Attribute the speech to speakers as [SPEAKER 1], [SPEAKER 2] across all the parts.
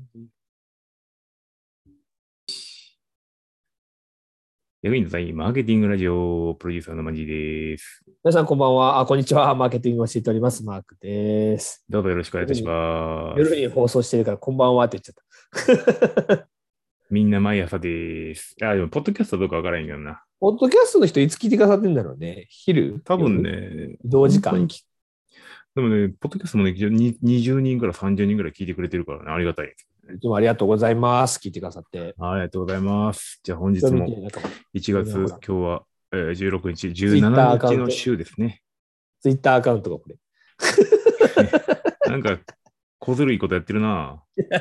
[SPEAKER 1] 役員の在マーケティングラジオプロデューサーのマジです。
[SPEAKER 2] 皆さんこんばんは。こんにちは。マーケティングを教えております。マークです。
[SPEAKER 1] どうぞよろしくお願いいたします。
[SPEAKER 2] 夜に放送してるからこんばんはって言っちゃった。
[SPEAKER 1] みんな毎朝です。でも、ポッドキャストどうかわからへんけどな。
[SPEAKER 2] ポッドキャストの人いつ聞いてくださってんだろうね。昼
[SPEAKER 1] 多分
[SPEAKER 2] 夜
[SPEAKER 1] ね、
[SPEAKER 2] 移動時間
[SPEAKER 1] 本当にでもね、ポッドキャストもね、20人から30人ぐらい聞いてくれてるからね、ありがたいですね。
[SPEAKER 2] いつもありがとうございます。聞いてくださって。
[SPEAKER 1] ありがとうございます。じゃあ本日も
[SPEAKER 2] 今日見て、なんか、
[SPEAKER 1] 1月、
[SPEAKER 2] ほら、
[SPEAKER 1] 今日は、16日、
[SPEAKER 2] ツイッ
[SPEAKER 1] 17
[SPEAKER 2] ターアカウント、
[SPEAKER 1] 日の週ですね。
[SPEAKER 2] ツイッターアカウントがこれ。
[SPEAKER 1] なんか、小ずるいことやってるな。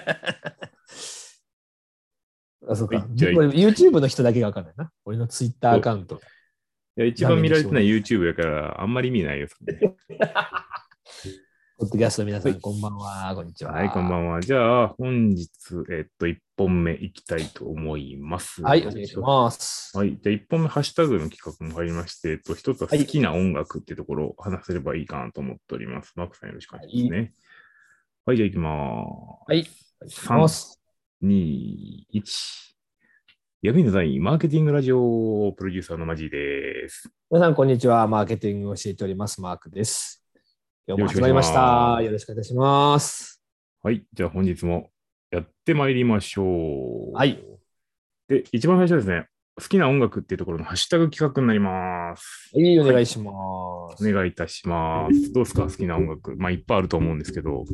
[SPEAKER 2] そうか。
[SPEAKER 1] はい、じゃあ、
[SPEAKER 2] これ YouTube の人だけがわかんないな。俺のツイッター
[SPEAKER 1] そう。
[SPEAKER 2] アカウント。
[SPEAKER 1] いや、一
[SPEAKER 2] 画面に
[SPEAKER 1] 番見られてない
[SPEAKER 2] 表示。
[SPEAKER 1] YouTube やから、あんまり意味ないよ、それね。
[SPEAKER 2] ポッドキャストの皆さん、
[SPEAKER 1] はい。
[SPEAKER 2] こんばんは。こんにち
[SPEAKER 1] はい、こんば
[SPEAKER 2] は。
[SPEAKER 1] んは。じゃあ、本日、1本目いきたいと思います。
[SPEAKER 2] はい、お願いします。
[SPEAKER 1] はい。じゃあ、1本目、ハッシュタグの企画も入りまして、一つは
[SPEAKER 2] はい。
[SPEAKER 1] 好きな音楽っていうところを話せればいいかなと思っております。マークさんよろしくお願いしますね。はい、じゃあ、いきま
[SPEAKER 2] はい。お願い
[SPEAKER 1] す。
[SPEAKER 2] しま
[SPEAKER 1] 3、
[SPEAKER 2] す。
[SPEAKER 1] 2、1。役員の在マーケティングラジオプロデューサーのマジです。
[SPEAKER 2] 皆さん、こんにちは。マーケティングを教えております。マークです。今日も
[SPEAKER 1] よろしくお願いし
[SPEAKER 2] 始まりました。よろ
[SPEAKER 1] ます。
[SPEAKER 2] しくお願いいたします。
[SPEAKER 1] はい。じゃあ、本日もやってまいりましょ
[SPEAKER 2] はい。
[SPEAKER 1] う。で、一番最初ですね、好きな音楽っていうところのハッシュタグ企画になります。
[SPEAKER 2] はい、お
[SPEAKER 1] はい、
[SPEAKER 2] 願いします。
[SPEAKER 1] お願いいたします。どうですか、好きな音楽。まあ、いっぱいあると思うんですけど。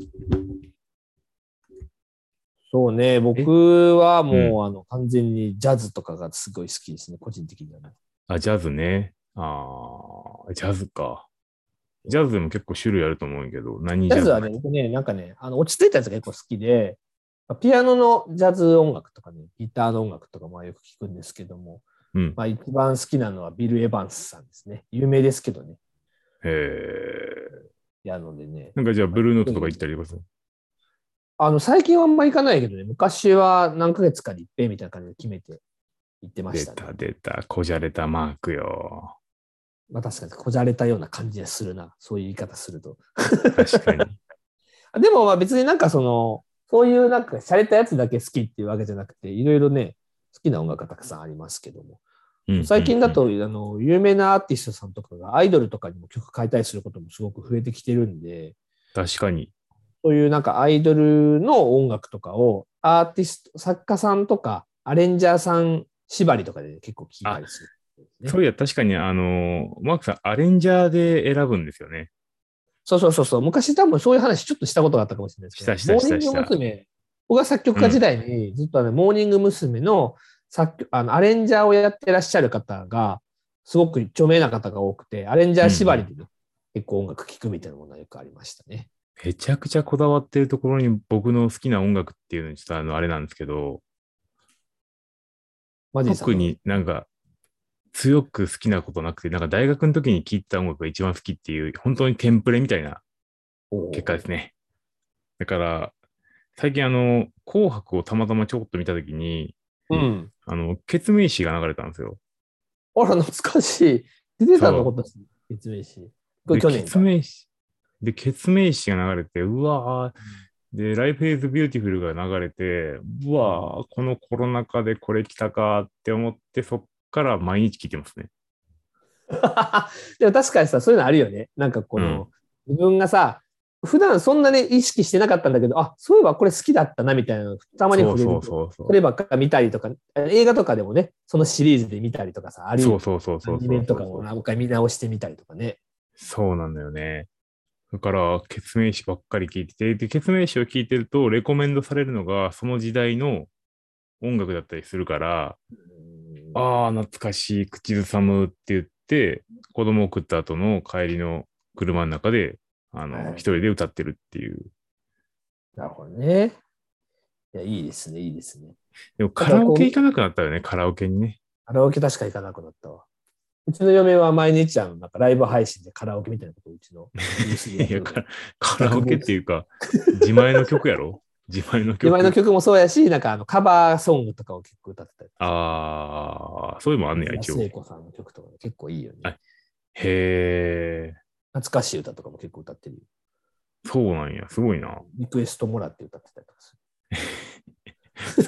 [SPEAKER 2] そうね、
[SPEAKER 1] え
[SPEAKER 2] 僕は
[SPEAKER 1] うん。
[SPEAKER 2] もう完全にジャズとかがすごい好きですね、個人的にはね。
[SPEAKER 1] あ、ジャズね。ジャズか。ジャズでも結構種類あると思うんやけど、何ジャズ好き？
[SPEAKER 2] ジャズはね、僕ね、なんかね、落ち着いたやつが結構好きで、ピアノのジャズ音楽とかね、ギターの音楽とかもよく聞くんですけども、
[SPEAKER 1] うん。
[SPEAKER 2] まあ一番好きなのはビル・エヴァンスさんですね。有名ですけどね、
[SPEAKER 1] へえ。
[SPEAKER 2] ピアノでね。
[SPEAKER 1] なんかじゃあ、
[SPEAKER 2] まあ、
[SPEAKER 1] ブルーノートとか
[SPEAKER 2] 特に
[SPEAKER 1] 行ったりとかする？
[SPEAKER 2] 最近はあんま行かないけどね、昔は何ヶ月かに一遍みたいな感じで決めて行ってましたね。
[SPEAKER 1] 出た出た、こじゃれたマークよ。
[SPEAKER 2] まあ確かにこじゃれたような感じでするな。そういう言い方すると。
[SPEAKER 1] 確かに。
[SPEAKER 2] でもまあ別になんかそういうなんか洒落たやつだけ好きっていうわけじゃなくて、いろいろね、好きな音楽がたくさんありますけども。
[SPEAKER 1] うん、うん、うん。
[SPEAKER 2] 最近だと、有名なアーティストさんとかがアイドルとかにも曲変えたりすることもすごく増えてきてるんで、
[SPEAKER 1] 確かに。
[SPEAKER 2] そういうなんかアイドルの音楽とかをアーティスト、作家さんとかアレンジャーさん縛りとかで結構聞いた
[SPEAKER 1] あ、
[SPEAKER 2] りするんですね。
[SPEAKER 1] そういや、確かに、マークさん、アレンジャーで選ぶんですよね。
[SPEAKER 2] そうそうそうそう。昔多分そういう話ちょっとしたことがあったかもしれないですけど、
[SPEAKER 1] したした
[SPEAKER 2] モーニング
[SPEAKER 1] したした。
[SPEAKER 2] 娘。僕が作曲
[SPEAKER 1] うん。
[SPEAKER 2] 家時代にずっとモーニング娘。の作曲、アレンジャーをやってらっしゃる方が、すごく著名な方が多くて、アレンジャー
[SPEAKER 1] うんうん。
[SPEAKER 2] 縛りでね、結構音楽聴くみたいなものがよくありましたね。
[SPEAKER 1] めちゃくちゃこだわってるところに僕の好きな音楽っていうのにちょっとあれなんですけど、
[SPEAKER 2] マジーさんの。
[SPEAKER 1] 特になんか強く好きなことなくて、なんか大学の時に聴いた音楽が一番好きっていう、本当にテンプレみたいな結果ですね。だから、最近紅白をたまたまちょこっと見た時に、
[SPEAKER 2] うん。
[SPEAKER 1] ケツメイシが流れたんですよ。
[SPEAKER 2] あら、懐かしい。出てたの
[SPEAKER 1] そ
[SPEAKER 2] ことですね。説明し。こ
[SPEAKER 1] う。
[SPEAKER 2] れ
[SPEAKER 1] で、ケ
[SPEAKER 2] 去年か。
[SPEAKER 1] ツメイシ、ケツメイシが流れて、うわー、で、Life is Beautiful が流れて、う
[SPEAKER 2] うん。
[SPEAKER 1] わー、このコロナ禍でこれ来たかって思って、そっから毎日聞いてますね。
[SPEAKER 2] でも確かにさ、そういうのあるよね。なんか
[SPEAKER 1] うん。
[SPEAKER 2] 自分がさ、普段そんなに意識してなかったんだけど、あ、そういえばこれ好きだったなみたいなのたまに
[SPEAKER 1] そうそう
[SPEAKER 2] 触れると、
[SPEAKER 1] そうそ
[SPEAKER 2] そればっか見たりとか、映画とかでもね、そのシリーズで見たりとかさ、あ
[SPEAKER 1] う。
[SPEAKER 2] るよね。
[SPEAKER 1] そうそうそう
[SPEAKER 2] ア
[SPEAKER 1] そうそう
[SPEAKER 2] ニメとかも
[SPEAKER 1] そうそう。
[SPEAKER 2] 何回見直してみたりとかね。
[SPEAKER 1] そうなんだよね。だから、ケツメイシばっかり聞いてて、で、ケツメイシを聞いてると、レコメンドされるのが、その時代の音楽だったりするから、
[SPEAKER 2] うん
[SPEAKER 1] ああ、懐かしい、口ずさむって言って、子供を送った後の帰りの車の中で、一
[SPEAKER 2] はい。
[SPEAKER 1] 人で歌ってるっていう。
[SPEAKER 2] なるほどね。いや、いいですね、いいですね。
[SPEAKER 1] でも
[SPEAKER 2] なんか
[SPEAKER 1] カラオケ行かなくなったよね、カラオケにね。
[SPEAKER 2] カラオケ確か行かなくなったわ。うちの嫁は毎日なんかライブ配信でカラオケみたいなことをうちのブースでや
[SPEAKER 1] いや、
[SPEAKER 2] ってるから。
[SPEAKER 1] カラオケ
[SPEAKER 2] 自宅ブース。
[SPEAKER 1] っていうか、自前の曲やろ？自前の曲。
[SPEAKER 2] 自前の曲もそうやし、なんかカバーソングとかを結構歌ってたりする。
[SPEAKER 1] ああ、そういうのもあんねや、
[SPEAKER 2] 松田
[SPEAKER 1] 一応。
[SPEAKER 2] 聖子さんの曲とか結構いいよね。
[SPEAKER 1] あ、へえ、
[SPEAKER 2] 懐かしい歌とかも結構歌ってるよ。
[SPEAKER 1] そうなんや、すごいな。
[SPEAKER 2] リクエストもらって歌ってたりとかする。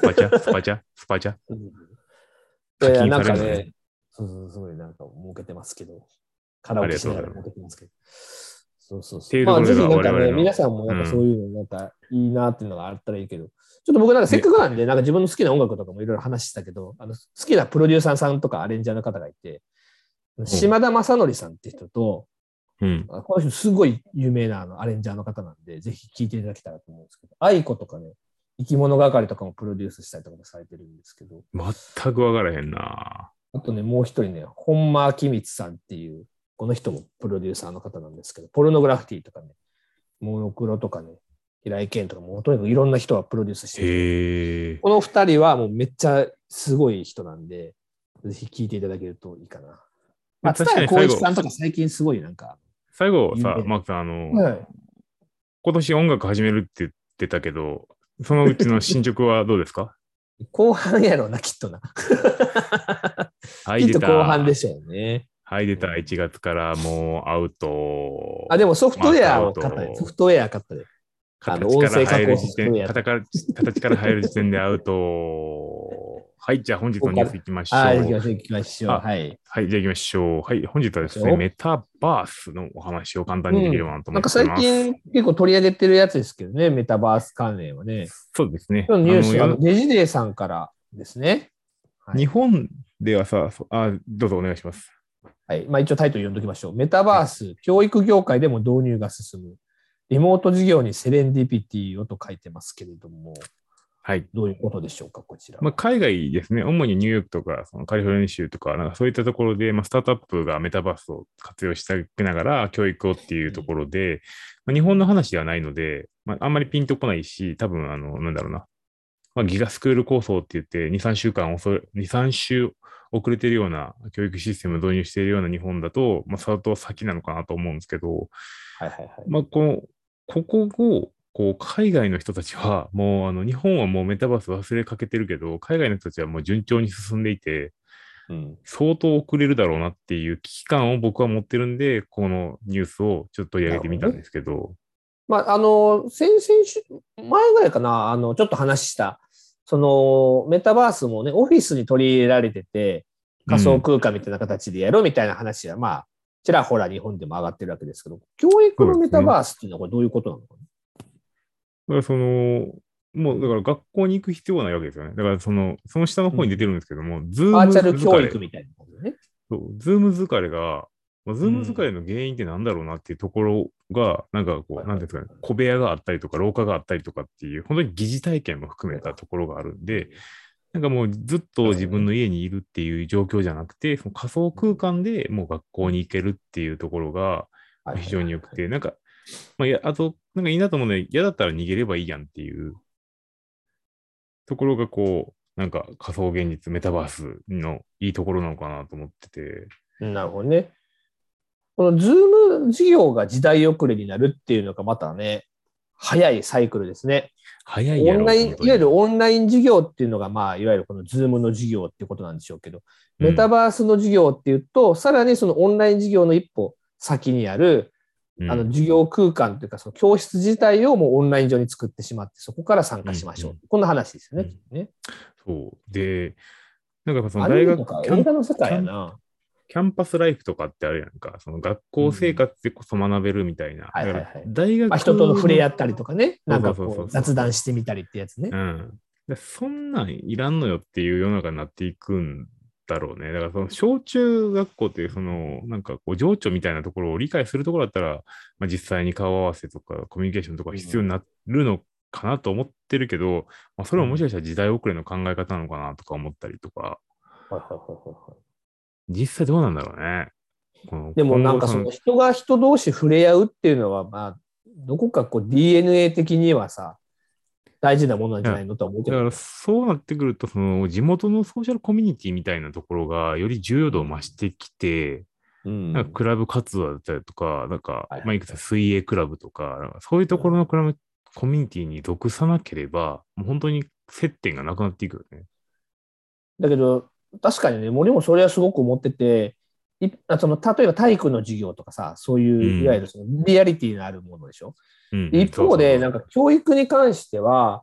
[SPEAKER 1] パチャ、スパチャ、スパチャ。課
[SPEAKER 2] いや、
[SPEAKER 1] 金
[SPEAKER 2] なんか
[SPEAKER 1] されるのね。
[SPEAKER 2] ね、そうすごいなんか儲けてますけど、カラオ
[SPEAKER 1] あり
[SPEAKER 2] ケしながら
[SPEAKER 1] がとうございます。っ
[SPEAKER 2] 儲けてますけど。そう。
[SPEAKER 1] ていうと
[SPEAKER 2] まあ、ぜ
[SPEAKER 1] ころでは
[SPEAKER 2] ひなんかね、
[SPEAKER 1] 我々の、
[SPEAKER 2] 皆さんもなんかそう
[SPEAKER 1] うん。
[SPEAKER 2] いうのなんかいいなっていうのがあったらいいけど、ちょっと僕なんかせっ
[SPEAKER 1] で、
[SPEAKER 2] かくなんで、なんか自分の好きな音楽とかもいろいろ話してたけど、好きなプロデューサーさんとかアレンジャーの方がいて、
[SPEAKER 1] うん。
[SPEAKER 2] 島田正則さんって人と、
[SPEAKER 1] うん。
[SPEAKER 2] この人すごい有名なアレンジャーの方なんで、ぜひ聴いていただけたらと思うんですけど、愛子とかね、生き物係とかもプロデュースしたりとかもされてるんですけど、
[SPEAKER 1] 全くわからへんな。
[SPEAKER 2] あとね、もう一人ね、本間明光さんっていう、この人もプロデューサーの方なんですけど、ポルノグラフィティとかね、モノクロとかね、平井堅とかも、とにかくいろんな人がプロデュースしてる人がいて、
[SPEAKER 1] へえ。
[SPEAKER 2] この二人はもうめっちゃすごい人なんで、ぜひ聞いていただけるといいかな。まあ、蔦
[SPEAKER 1] 確か
[SPEAKER 2] 谷好
[SPEAKER 1] に最後、
[SPEAKER 2] 位置さんとか最近すごいなんか、
[SPEAKER 1] 最後さ、
[SPEAKER 2] 有名
[SPEAKER 1] マークさん、
[SPEAKER 2] な。はい。
[SPEAKER 1] 今年音楽始めるって言ってたけど、そのうちの進捗はどうですか？
[SPEAKER 2] 後半やろうな、きっとな。
[SPEAKER 1] はい、
[SPEAKER 2] きっ
[SPEAKER 1] 出
[SPEAKER 2] と後半で
[SPEAKER 1] た。
[SPEAKER 2] しょうね。
[SPEAKER 1] はい、出た。
[SPEAKER 2] うん、
[SPEAKER 1] 1月からもうアウ
[SPEAKER 2] で
[SPEAKER 1] ト。
[SPEAKER 2] もソフトウ
[SPEAKER 1] マークアウ
[SPEAKER 2] ェアを買ったで、ソフ
[SPEAKER 1] ト。
[SPEAKER 2] トウェア買ったで。音声加工ソフトウェアとか。
[SPEAKER 1] 形から入る時点でアウト。はい、じゃあ本日のニュースいきまし
[SPEAKER 2] はい、行
[SPEAKER 1] ょう。
[SPEAKER 2] きましょう、行きましょう。
[SPEAKER 1] あ、
[SPEAKER 2] はい。
[SPEAKER 1] はい、じゃあ行きましょう。はい、本日はですね、
[SPEAKER 2] 行きましょ
[SPEAKER 1] メタバースのお話を簡単
[SPEAKER 2] う。
[SPEAKER 1] にでき
[SPEAKER 2] うん。
[SPEAKER 1] ればなと思っ
[SPEAKER 2] なんか最
[SPEAKER 1] てます。
[SPEAKER 2] 近結構取り上げてるやつですけどね、メタバース関連はね。
[SPEAKER 1] そうですね。
[SPEAKER 2] 今日のニュース、デジデーさんからですね。はい。
[SPEAKER 1] 日本ではさ、どうぞお願いします。
[SPEAKER 2] はい。まあ一応タイトル読んどきましょう。メタ
[SPEAKER 1] はい。
[SPEAKER 2] バース、教育業界でも導入が進む。リモート事業にセレンディピティをと書いてますけれども、
[SPEAKER 1] はい。
[SPEAKER 2] どういうことでしょうか、こちら
[SPEAKER 1] まあ、
[SPEAKER 2] は。
[SPEAKER 1] 海外ですね、主にニューヨークとか、そのカリフォルニア州とか、なんかそういったところで、まあ、スタートアップがメタバースを活用していきながら教育をっていうところで、まあ、日本の話ではないので、まあ、あんまりピンとこないし、多分、なんだろうな、まあ、ギガスクール構想って言って、2、3週間2、3週遅れているような教育システムを導入しているような日本だと、まあ、相当先なのかなと思うんですけど、
[SPEAKER 2] はいはいはい。
[SPEAKER 1] まあ、ここを、海外の人たちは、もう、日本はもうメタバース忘れかけてるけど、海外の人たちはもう順調に進んでいて、
[SPEAKER 2] うん。
[SPEAKER 1] 相当遅れるだろうなっていう危機感を僕は持ってるんで、このニュースをちょっと取り上
[SPEAKER 2] なるほどね。
[SPEAKER 1] げてみたんですけど、
[SPEAKER 2] まあ、先々週、前ぐらいかな、ちょっと話した、その、メタバースもね、オフィスに取り入れられてて、仮想
[SPEAKER 1] うん。
[SPEAKER 2] 空間みたいな形でやろうみたいな話は、まあ、ちらほら日本でも上がってるわけですけど、教育のメタ
[SPEAKER 1] そうですね。
[SPEAKER 2] バースっていうのはこれどういうことなのか
[SPEAKER 1] だからもうだから学校に行く必要はないわけですよね。だからその下の
[SPEAKER 2] な、うん、
[SPEAKER 1] 方に出てるんですけども、ズーム
[SPEAKER 2] バーチャル教
[SPEAKER 1] 疲れ。
[SPEAKER 2] 育みたいなことね。
[SPEAKER 1] そう、ズーム疲れが、まあズーム疲
[SPEAKER 2] うん。
[SPEAKER 1] れの原因ってなんだろうなっていうところが、なんかこう、なんていうんですかね、小部屋があったりとか、廊下があったりとかっていう、本当に疑似体験も含めたところがあるんで、なんかもうずっと自分
[SPEAKER 2] なるほどね。
[SPEAKER 1] の家にいるっていう状況じゃなくて、その仮想空間でもう学校に行けるっていうところが
[SPEAKER 2] はいはい
[SPEAKER 1] 非常に良く
[SPEAKER 2] はい。
[SPEAKER 1] て、なんか、まあ、あと、なんかいいなと思うので、嫌だったら逃げればいいやんっていうところがなんか仮想現実、メタバースのいいところなのかなと思ってて、
[SPEAKER 2] なるほどね。このズーム事業が時代遅れになるっていうのがまたね、早いサイクルですね。
[SPEAKER 1] 早いやろ、
[SPEAKER 2] いわゆる
[SPEAKER 1] 本当に。
[SPEAKER 2] オンライン事業っていうのが、まあ、いわゆるこのズームの事業っていうことなんでしょうけど、メタ
[SPEAKER 1] うん、
[SPEAKER 2] バースの事業っていうと、さらにそのオンライン事業の一歩先にある、
[SPEAKER 1] うん、
[SPEAKER 2] 授業空間というか、その教室自体をもうオンライン上に作ってしまって、そこから参
[SPEAKER 1] うん、
[SPEAKER 2] 加しましょう。
[SPEAKER 1] うん。
[SPEAKER 2] こんな話ですよね、きっ
[SPEAKER 1] うん
[SPEAKER 2] とね。
[SPEAKER 1] そう。で、なんかやっぱその
[SPEAKER 2] アニ
[SPEAKER 1] 大学、
[SPEAKER 2] メとか映画の世界やな。
[SPEAKER 1] キャンパスライフとかってあるやんか。その学校生
[SPEAKER 2] うん。
[SPEAKER 1] 活でこそ学べるみたいな。だから
[SPEAKER 2] はいはいはい。
[SPEAKER 1] 大
[SPEAKER 2] まあ、人との
[SPEAKER 1] 学の、
[SPEAKER 2] 触れ合ったりとかね、なんか
[SPEAKER 1] そうそうそうそ
[SPEAKER 2] こう雑談
[SPEAKER 1] うそうそ
[SPEAKER 2] してみたりってやつね。
[SPEAKER 1] う。うん。そんなんいらんのよっていう世の中になっていくんだろうね。だからその小中学校っていうなんか情緒みたいなところを理解するところだったら、まあ、実際に顔合わせとかコミュニケーションとか
[SPEAKER 2] うん。
[SPEAKER 1] 必要になるのかなと思ってるけど、まあ、それ
[SPEAKER 2] うん。
[SPEAKER 1] はもしかしたら時代遅れの考え方なのかなとか思ったりとか、
[SPEAKER 2] はいはいはいはいはい。
[SPEAKER 1] 実際どうなんだろうね。
[SPEAKER 2] でもなんか
[SPEAKER 1] 今後
[SPEAKER 2] その人が人同士触れ合うっていうのは、まあ、どこかこう DNA 的にはさ、大事なものなん
[SPEAKER 1] いや、
[SPEAKER 2] じゃないのとは思うけ
[SPEAKER 1] だから
[SPEAKER 2] どね。
[SPEAKER 1] そうなってくると、地元のソーシャルコミュニティみたいなところがより重要度を増
[SPEAKER 2] うん。
[SPEAKER 1] してきて、
[SPEAKER 2] う
[SPEAKER 1] なんか
[SPEAKER 2] ん。
[SPEAKER 1] クラブ活動だったりとか、なんか、
[SPEAKER 2] はいは
[SPEAKER 1] まあ、いくつか水泳クラブとか、なんかそういうところ
[SPEAKER 2] い。
[SPEAKER 1] のコミュニティに属さなければ、もう本当に接点がなくなっていくよね。
[SPEAKER 2] だけど、確かにね、森もそれはすごく思ってて、例えば体育の授業とかさ、そういう、いわゆ
[SPEAKER 1] うん。
[SPEAKER 2] るそのリアリティのあるものでしょ。
[SPEAKER 1] うん、うん、
[SPEAKER 2] 一方で、
[SPEAKER 1] そうそうそう。
[SPEAKER 2] なんか教育に関しては、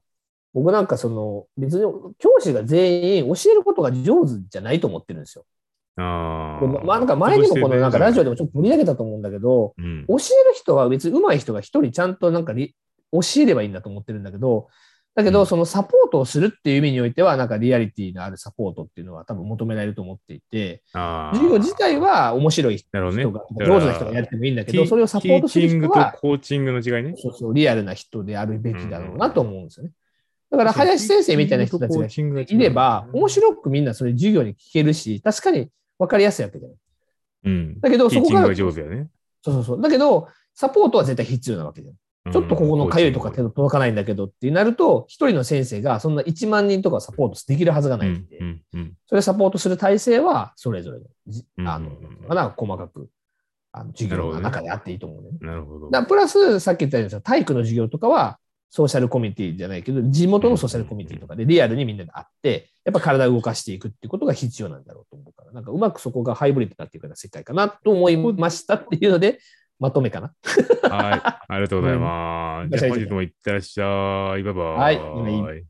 [SPEAKER 2] 僕なんか別に教師が全員教えることが上手じゃないと思ってるんですよ。まあなんか前にもこのなんかラジオでもちょっと取り上げたと思うんだけど、
[SPEAKER 1] うん。
[SPEAKER 2] 教える人は別に上手い人が一人ちゃんとなんか教えればいいんだと思ってるんだけど、そのサポートをするっていう意味においては、なんかリアリティのあるサポートっていうのは多分求められると思っていて、授業自体は面白い
[SPEAKER 1] なるほどね。
[SPEAKER 2] 人が、上手な人がやってもいいんだけど、それをサ
[SPEAKER 1] テ
[SPEAKER 2] ポートする
[SPEAKER 1] ィーチングと
[SPEAKER 2] 人は、
[SPEAKER 1] コーチングの違いね。
[SPEAKER 2] そうそう、リアルな人であるべきだろうなと思うんですよね。だから、
[SPEAKER 1] 確かに
[SPEAKER 2] 林先生みたいな人たちがいれば、面白くみんなそれ授業に聞けるし、確かに分かりやすいわけじゃない。
[SPEAKER 1] うん。
[SPEAKER 2] だけど、そこから、
[SPEAKER 1] ティーチングが上手やね。
[SPEAKER 2] そうそうそう。だけど、サポートは絶対必要なわけじゃん。ちょっとここのかゆいとか手の届かないんだけどってなると、一人の先生がそんな1万人とかサポートできるはずがないんで、それサポートする体制はそれぞれの、細かく授業の中であっていいと思うね。
[SPEAKER 1] なるほど。
[SPEAKER 2] プラス、さっき言ったように体育の授業とかは、ソーシャルコミュニティじゃないけど、地元のソーシャルコミュニティとかでリアルにみんなで会って、やっぱ体を動かしていくっていうことが必要なんだろうと思うから、なんかうまくそこがハイブリッドだっていうか世界かなと思いましたっていうので、まとめかな。
[SPEAKER 1] はい。ありがとうございます。じゃあ本日もいってらっしゃい。バイバーイ。
[SPEAKER 2] はい。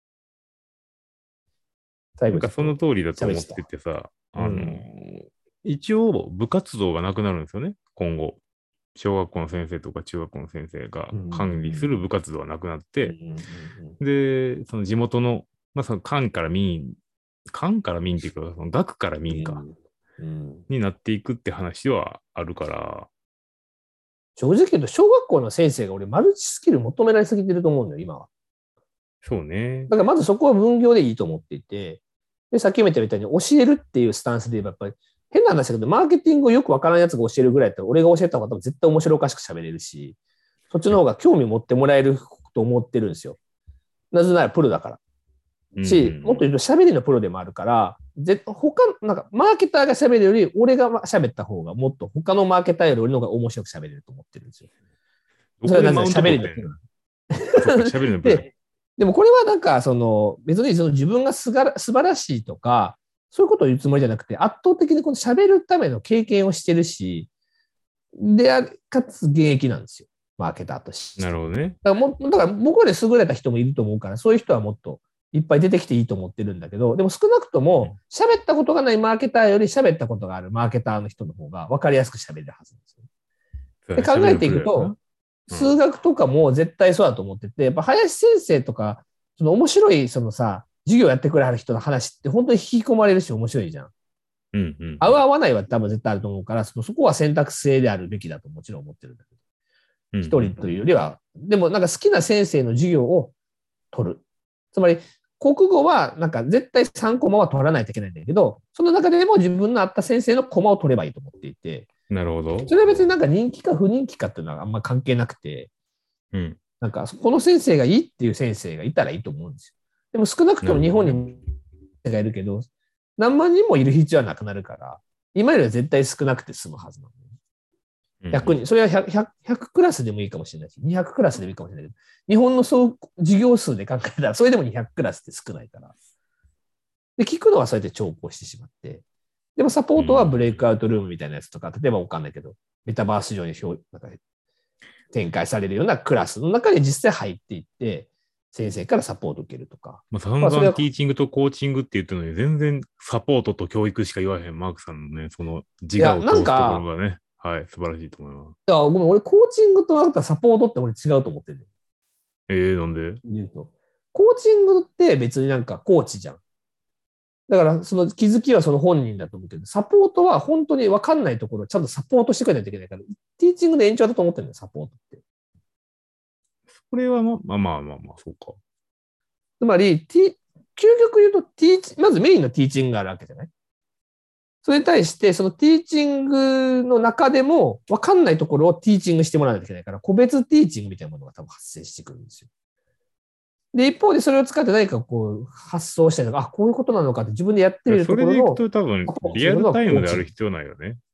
[SPEAKER 2] 最後
[SPEAKER 1] なんかその通りだと思っててさ、一応部活動がなくなるんですよね、今後。小学校の先生とか中学校の先生が管理する部活動はなくなって、で、その地元の、まあその官から民っていうか、その学から民か、になっていくって話はあるから、
[SPEAKER 2] 正直言うと、小学校の先生が俺、マルチスキル求められすぎてると思うんだよ、今は。
[SPEAKER 1] そうね。
[SPEAKER 2] だからまずそこは分業でいいと思っていて、で、さっきも言ったみたいに教えるっていうスタンスで言えば、やっぱり変な話だけど、マーケティングをよくわからんやつが教えるぐらいだったら、俺が教えた方が多分絶対面白おかしく喋れるし、そっちの方が興味持ってもらえると思ってるんですよ。なぜならプロだから。もっと言うと喋りのプロでもあるから、なんかマーケターが喋るより、俺が喋った方がもっと他のマーケターより俺の方が面白く喋れると思ってるんですよ。それはなぜ喋りのプロ。
[SPEAKER 1] 喋りのプロ。
[SPEAKER 2] でもこれはなんか、別に自分が素晴らしいとか、そういうことを言うつもりじゃなくて、圧倒的にこの喋るための経験をしてるし、かつ現役なんですよ。マーケターとして。
[SPEAKER 1] なるほどね。
[SPEAKER 2] だから僕より優れた人もいると思うから、そういう人はもっといっぱい出てきていいと思ってるんだけど、でも少なくとも喋ったことがないマーケターより喋ったことがあるマーケターの人の方が分かりやすく喋れるはずなんですよ。で考えていくと、数学とかも絶対そうだと思ってて、やっぱ林先生とか、その面白い、授業やってくれはる人の話って本当に引き込まれるし面白いじゃん。合う合わないは多分絶対あると思うから、そこは選択制であるべきだともちろん思ってるんだけど、一人というよりは、でもなんか好きな先生の授業を取る。つまり、国語はなんか絶対3コマは取らないといけないんだけど、その中でも自分の合った先生のコマを取ればいいと思っていて、
[SPEAKER 1] なるほど。
[SPEAKER 2] それは別になんか人気か不人気かっていうのはあんま関係なくて、なんかこの先生がいいっていう先生がいたらいいと思うんですよ。でも少なくとも日本にがいるけど、何万人もいる必要はなくなるから、今よりは絶対少なくて済むはずなの。逆に、それは 100クラスでもいいかもしれないし、200クラスでもいいかもしれないけど、日本の授業数で考えたら、それでも200クラスって少ないから。で、聞くのはそうやって重宝してしまって、でもサポートはブレイクアウトルームみたいなやつとか、例えばわかんないけど、メタバース上になんか展開されるようなクラスの中に実際入っていって、先生からサポートを受けるとか。
[SPEAKER 1] 散々ティーチングとコーチングって言ってるのに、全然サポートと教育しか言わへんマークさんのね、その自我を通すところがね、はい、素晴らしいと思います。
[SPEAKER 2] いや、ごめん、俺コーチングとサポートって俺違うと思ってる。
[SPEAKER 1] なんで？
[SPEAKER 2] コーチングって別になんかコーチじゃん。だからその気づきはその本人だと思うけど、サポートは本当に分かんないところをちゃんとサポートしてくれないといけないから、ティーチングの延長だと思ってるんだよ、サポートって。
[SPEAKER 1] これはまあ、そうか。
[SPEAKER 2] つまり、究極言うとまずメインのティーチングがあるわけじゃない？それに対して、そのティーチングの中でも分かんないところをティーチングしてもらわないといけないから、個別ティーチングみたいなものが多分発生してくるんですよ。で、一方でそれを使って何かこう発想したりとか、こういうことなのかって自分でやってみるところの。
[SPEAKER 1] それでいくと多分リアルタイムである必要ないよね。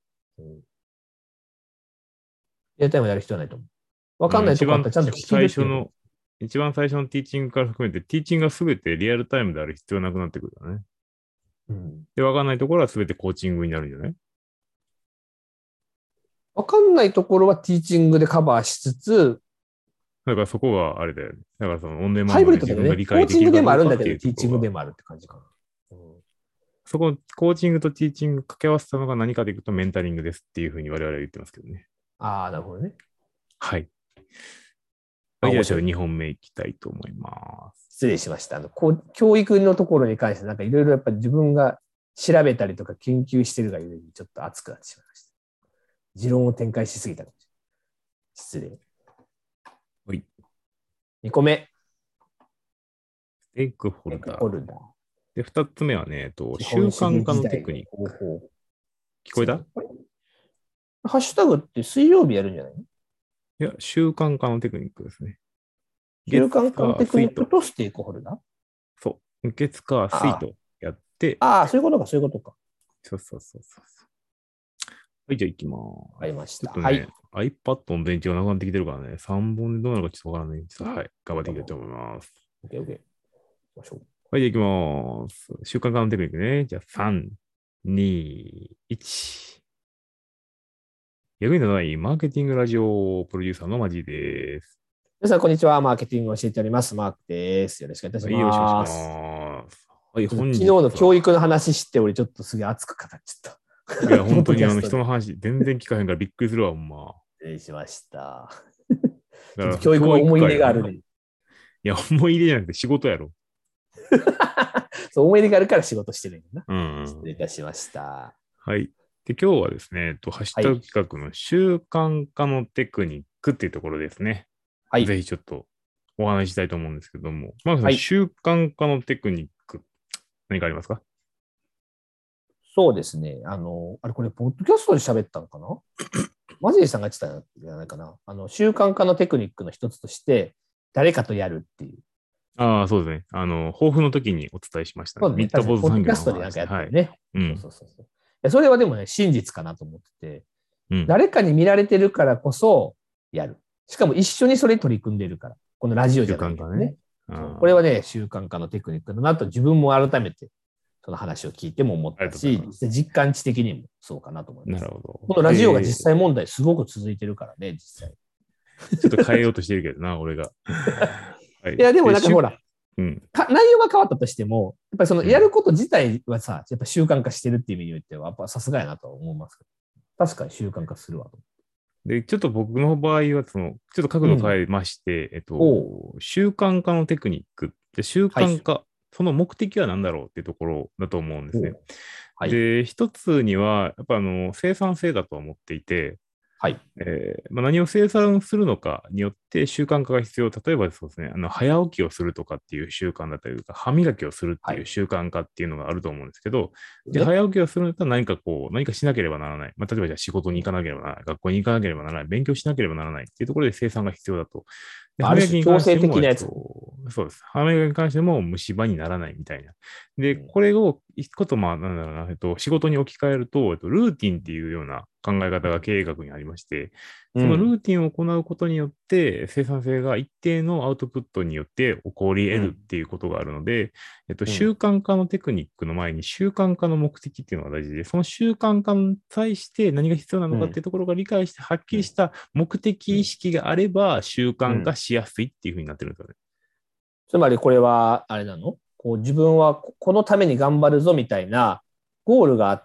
[SPEAKER 2] リアルタイムである必要ないと思う。分かんないところあったらちゃんと聞きるっていう。
[SPEAKER 1] 一番最初のティーチングから含めて、ティーチングが全てリアルタイムである必要なくなってくるよね。で、分かんないところは全てコーチングになるんじゃない？
[SPEAKER 2] 分かんないところはティーチングでカバーしつつ、
[SPEAKER 1] だからそこがあれだよね。だからそのオンデマ
[SPEAKER 2] ハイ
[SPEAKER 1] ンド
[SPEAKER 2] ブリッドだよね。
[SPEAKER 1] で自分が理
[SPEAKER 2] コーチングで
[SPEAKER 1] 解できるか
[SPEAKER 2] もあるんだけど、
[SPEAKER 1] どうかっていう
[SPEAKER 2] ティーチング
[SPEAKER 1] ところが、
[SPEAKER 2] でもあるって感じかな。
[SPEAKER 1] そこ、コーチングとティーチング掛け合わせたのが何かというとメンタリングですっていうふうに我々は言ってますけどね。
[SPEAKER 2] ああ、なるほどね。
[SPEAKER 1] はい。は
[SPEAKER 2] あ、
[SPEAKER 1] い、じゃ
[SPEAKER 2] 面白い。
[SPEAKER 1] あちょっと2本目いきたいと思います。
[SPEAKER 2] 失礼しました。教育のところに関して、なんかいろいろやっぱり自分が調べたりとか研究してるがゆえにちょっと熱くなってしまいました。持論を展開しすぎたかもしれない。失
[SPEAKER 1] はい。
[SPEAKER 2] 礼。2個目。
[SPEAKER 1] ステークホ
[SPEAKER 2] ステーク
[SPEAKER 1] ルダー。
[SPEAKER 2] ホルダー。
[SPEAKER 1] で、2つ目はね、習
[SPEAKER 2] 資本主義
[SPEAKER 1] 慣化の
[SPEAKER 2] 時代
[SPEAKER 1] テクニック。
[SPEAKER 2] の方法。
[SPEAKER 1] 聞こえた？い
[SPEAKER 2] ハッシュタグって水曜日やるんじゃないの？
[SPEAKER 1] や、習慣化のテクニックですね。
[SPEAKER 2] 習慣化のテクニック
[SPEAKER 1] 月火水と。
[SPEAKER 2] とステークホルダー。
[SPEAKER 1] そう。月火水とやって、
[SPEAKER 2] ああ、そういうことか、そういうことか。
[SPEAKER 1] そうそうそうそう。はい、じゃあ行きま
[SPEAKER 2] わかりまし
[SPEAKER 1] す。ちょ
[SPEAKER 2] た。
[SPEAKER 1] っとね、iPad の電池がなくなってきてるからね、3本でどうなるかちょっとわからないんですが、はい、頑張っていきたいと思います。
[SPEAKER 2] OK、OK。行きましょう。
[SPEAKER 1] はい、じゃあ行きます。習慣化のテクニックね。じゃあ3、2、1。役に立たないマーケティングラジオプロデューサーのマジです。
[SPEAKER 2] 皆さん、こんにちは。マーケティングを教えております。マークです。よろしくお願いいたし
[SPEAKER 1] はい、よろしくお願いし
[SPEAKER 2] ます。
[SPEAKER 1] ます。はい、
[SPEAKER 2] 昨日
[SPEAKER 1] 本日
[SPEAKER 2] の教
[SPEAKER 1] は、
[SPEAKER 2] 育の話して、俺ちょっとすげえ熱く語っちゃった。
[SPEAKER 1] いや、
[SPEAKER 2] ポッ
[SPEAKER 1] 本当に
[SPEAKER 2] ドキャストで。
[SPEAKER 1] 人の話全然聞かへんからびっくりするわ、ほんま。
[SPEAKER 2] 失礼しました。
[SPEAKER 1] だから、
[SPEAKER 2] ちょっと教育の思い入れがある
[SPEAKER 1] ね。
[SPEAKER 2] ね。
[SPEAKER 1] いや、思い入れじゃなくて仕事やろ。
[SPEAKER 2] そう、思い入れがあるから仕事してるんだな。
[SPEAKER 1] うん。
[SPEAKER 2] 失礼いたしました。
[SPEAKER 1] はい。で、今日はですね、ハッシュタグ企画の習慣化のテクニックっていうところですね。
[SPEAKER 2] はい。
[SPEAKER 1] ぜひちょっとお話ししたいと思うんですけども、まず、
[SPEAKER 2] はい、
[SPEAKER 1] 習慣化のテクニック、何かありますか？
[SPEAKER 2] そうですね。これ、ポッドキャストで喋ったのかな？マジでさんが言ってたんじゃないかな。習慣化のテクニックの一つとして、誰かとやるっていう。
[SPEAKER 1] ああ、そうですね。抱負の時にお伝えしましたね。
[SPEAKER 2] そうだね。
[SPEAKER 1] 三田坊主
[SPEAKER 2] ポッド
[SPEAKER 1] 産業の
[SPEAKER 2] キャストでなんか
[SPEAKER 1] 話で。はい。
[SPEAKER 2] やってるね。
[SPEAKER 1] うん。
[SPEAKER 2] そうそうそう。それはでもね、真実かなと思ってて、
[SPEAKER 1] うん。
[SPEAKER 2] 誰かに見られてるからこそやる。しかも一緒にそれに取り組んでるから。このラジオじ
[SPEAKER 1] 習
[SPEAKER 2] ゃない
[SPEAKER 1] 慣化ね。
[SPEAKER 2] けどね。そうこれはね、習慣化のテクニックだなと自分も改めてその話を聞いても思ったし、実感値的にもそうかなと思います。
[SPEAKER 1] なるほど。
[SPEAKER 2] このラジオが実際問題すごく続いてるからね、実際。
[SPEAKER 1] ちょっと変えようとしてるけどな、俺が。
[SPEAKER 2] はい、いや、でもなんかほら、
[SPEAKER 1] うん、
[SPEAKER 2] 内容が変わったとしても、やっぱりそのやること自体はさ、やっぱ習慣化してるっていう意味においては、やっぱさすがやなと思いますけど。確かに習慣化するわと。
[SPEAKER 1] で、ちょっと僕の場合は、ちょっと角度変えまして、習慣化のテクニックで習慣化、はい、その目的は何だろうっていうところだと思うんですね。はい、で、一つには、やっぱ生産性だと思っていて、
[SPEAKER 2] はい
[SPEAKER 1] 何を生産するのかによって習慣化が必要。例えばそうですね、早起きをするとかっていう習慣だったりとか、歯磨きをするっていう習慣化っていうのがあると思うんですけど、はい、で、早起きをするんだったら何かしなければならない。例えばじゃあ仕事に行かなければならない。学校に行かなければならない。勉強しなければならないっていうところで生産が必要だと。で、
[SPEAKER 2] ある種強制的なやつ。
[SPEAKER 1] そうです。歯磨きに関しても虫歯にならないみたいな。で、これを一こと、なんだろうな、仕事に置き換えると、ルーティンっていうような考え方が経営学にありまして、そのルーティンを行うことによって、生産性が一定のアウトプットによって起こり得るっていうことがあるので、習慣化のテクニックの前に習慣化の目的っていうのが大事で、その習慣化に対して何が必要なのかっていうところが理解して、はっきりした目的意識があれば、習慣化しやすいっていうふうになってるんですよね。
[SPEAKER 2] つまりこれは、あれなの？自分はこのために頑張るぞみたいなゴールがあって、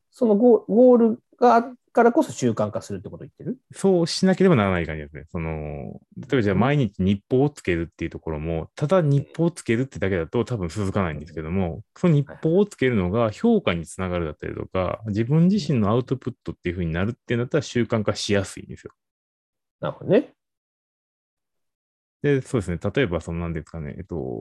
[SPEAKER 2] そのゴールがあって、からこそ習慣化するってことを言ってる？
[SPEAKER 1] そうしなければならない感じですね。例えばじゃあ毎日日報をつけるっていうところも、ただ日報をつけるってだけだと多分続かないんですけども、その日報をつけるのが評価につながるだったりとか、自分自身のアウトプットっていう風になるっていうんだったら習慣化しやすいんですよ。
[SPEAKER 2] なるほどね。
[SPEAKER 1] で、そうですね。例えば、なんですかね、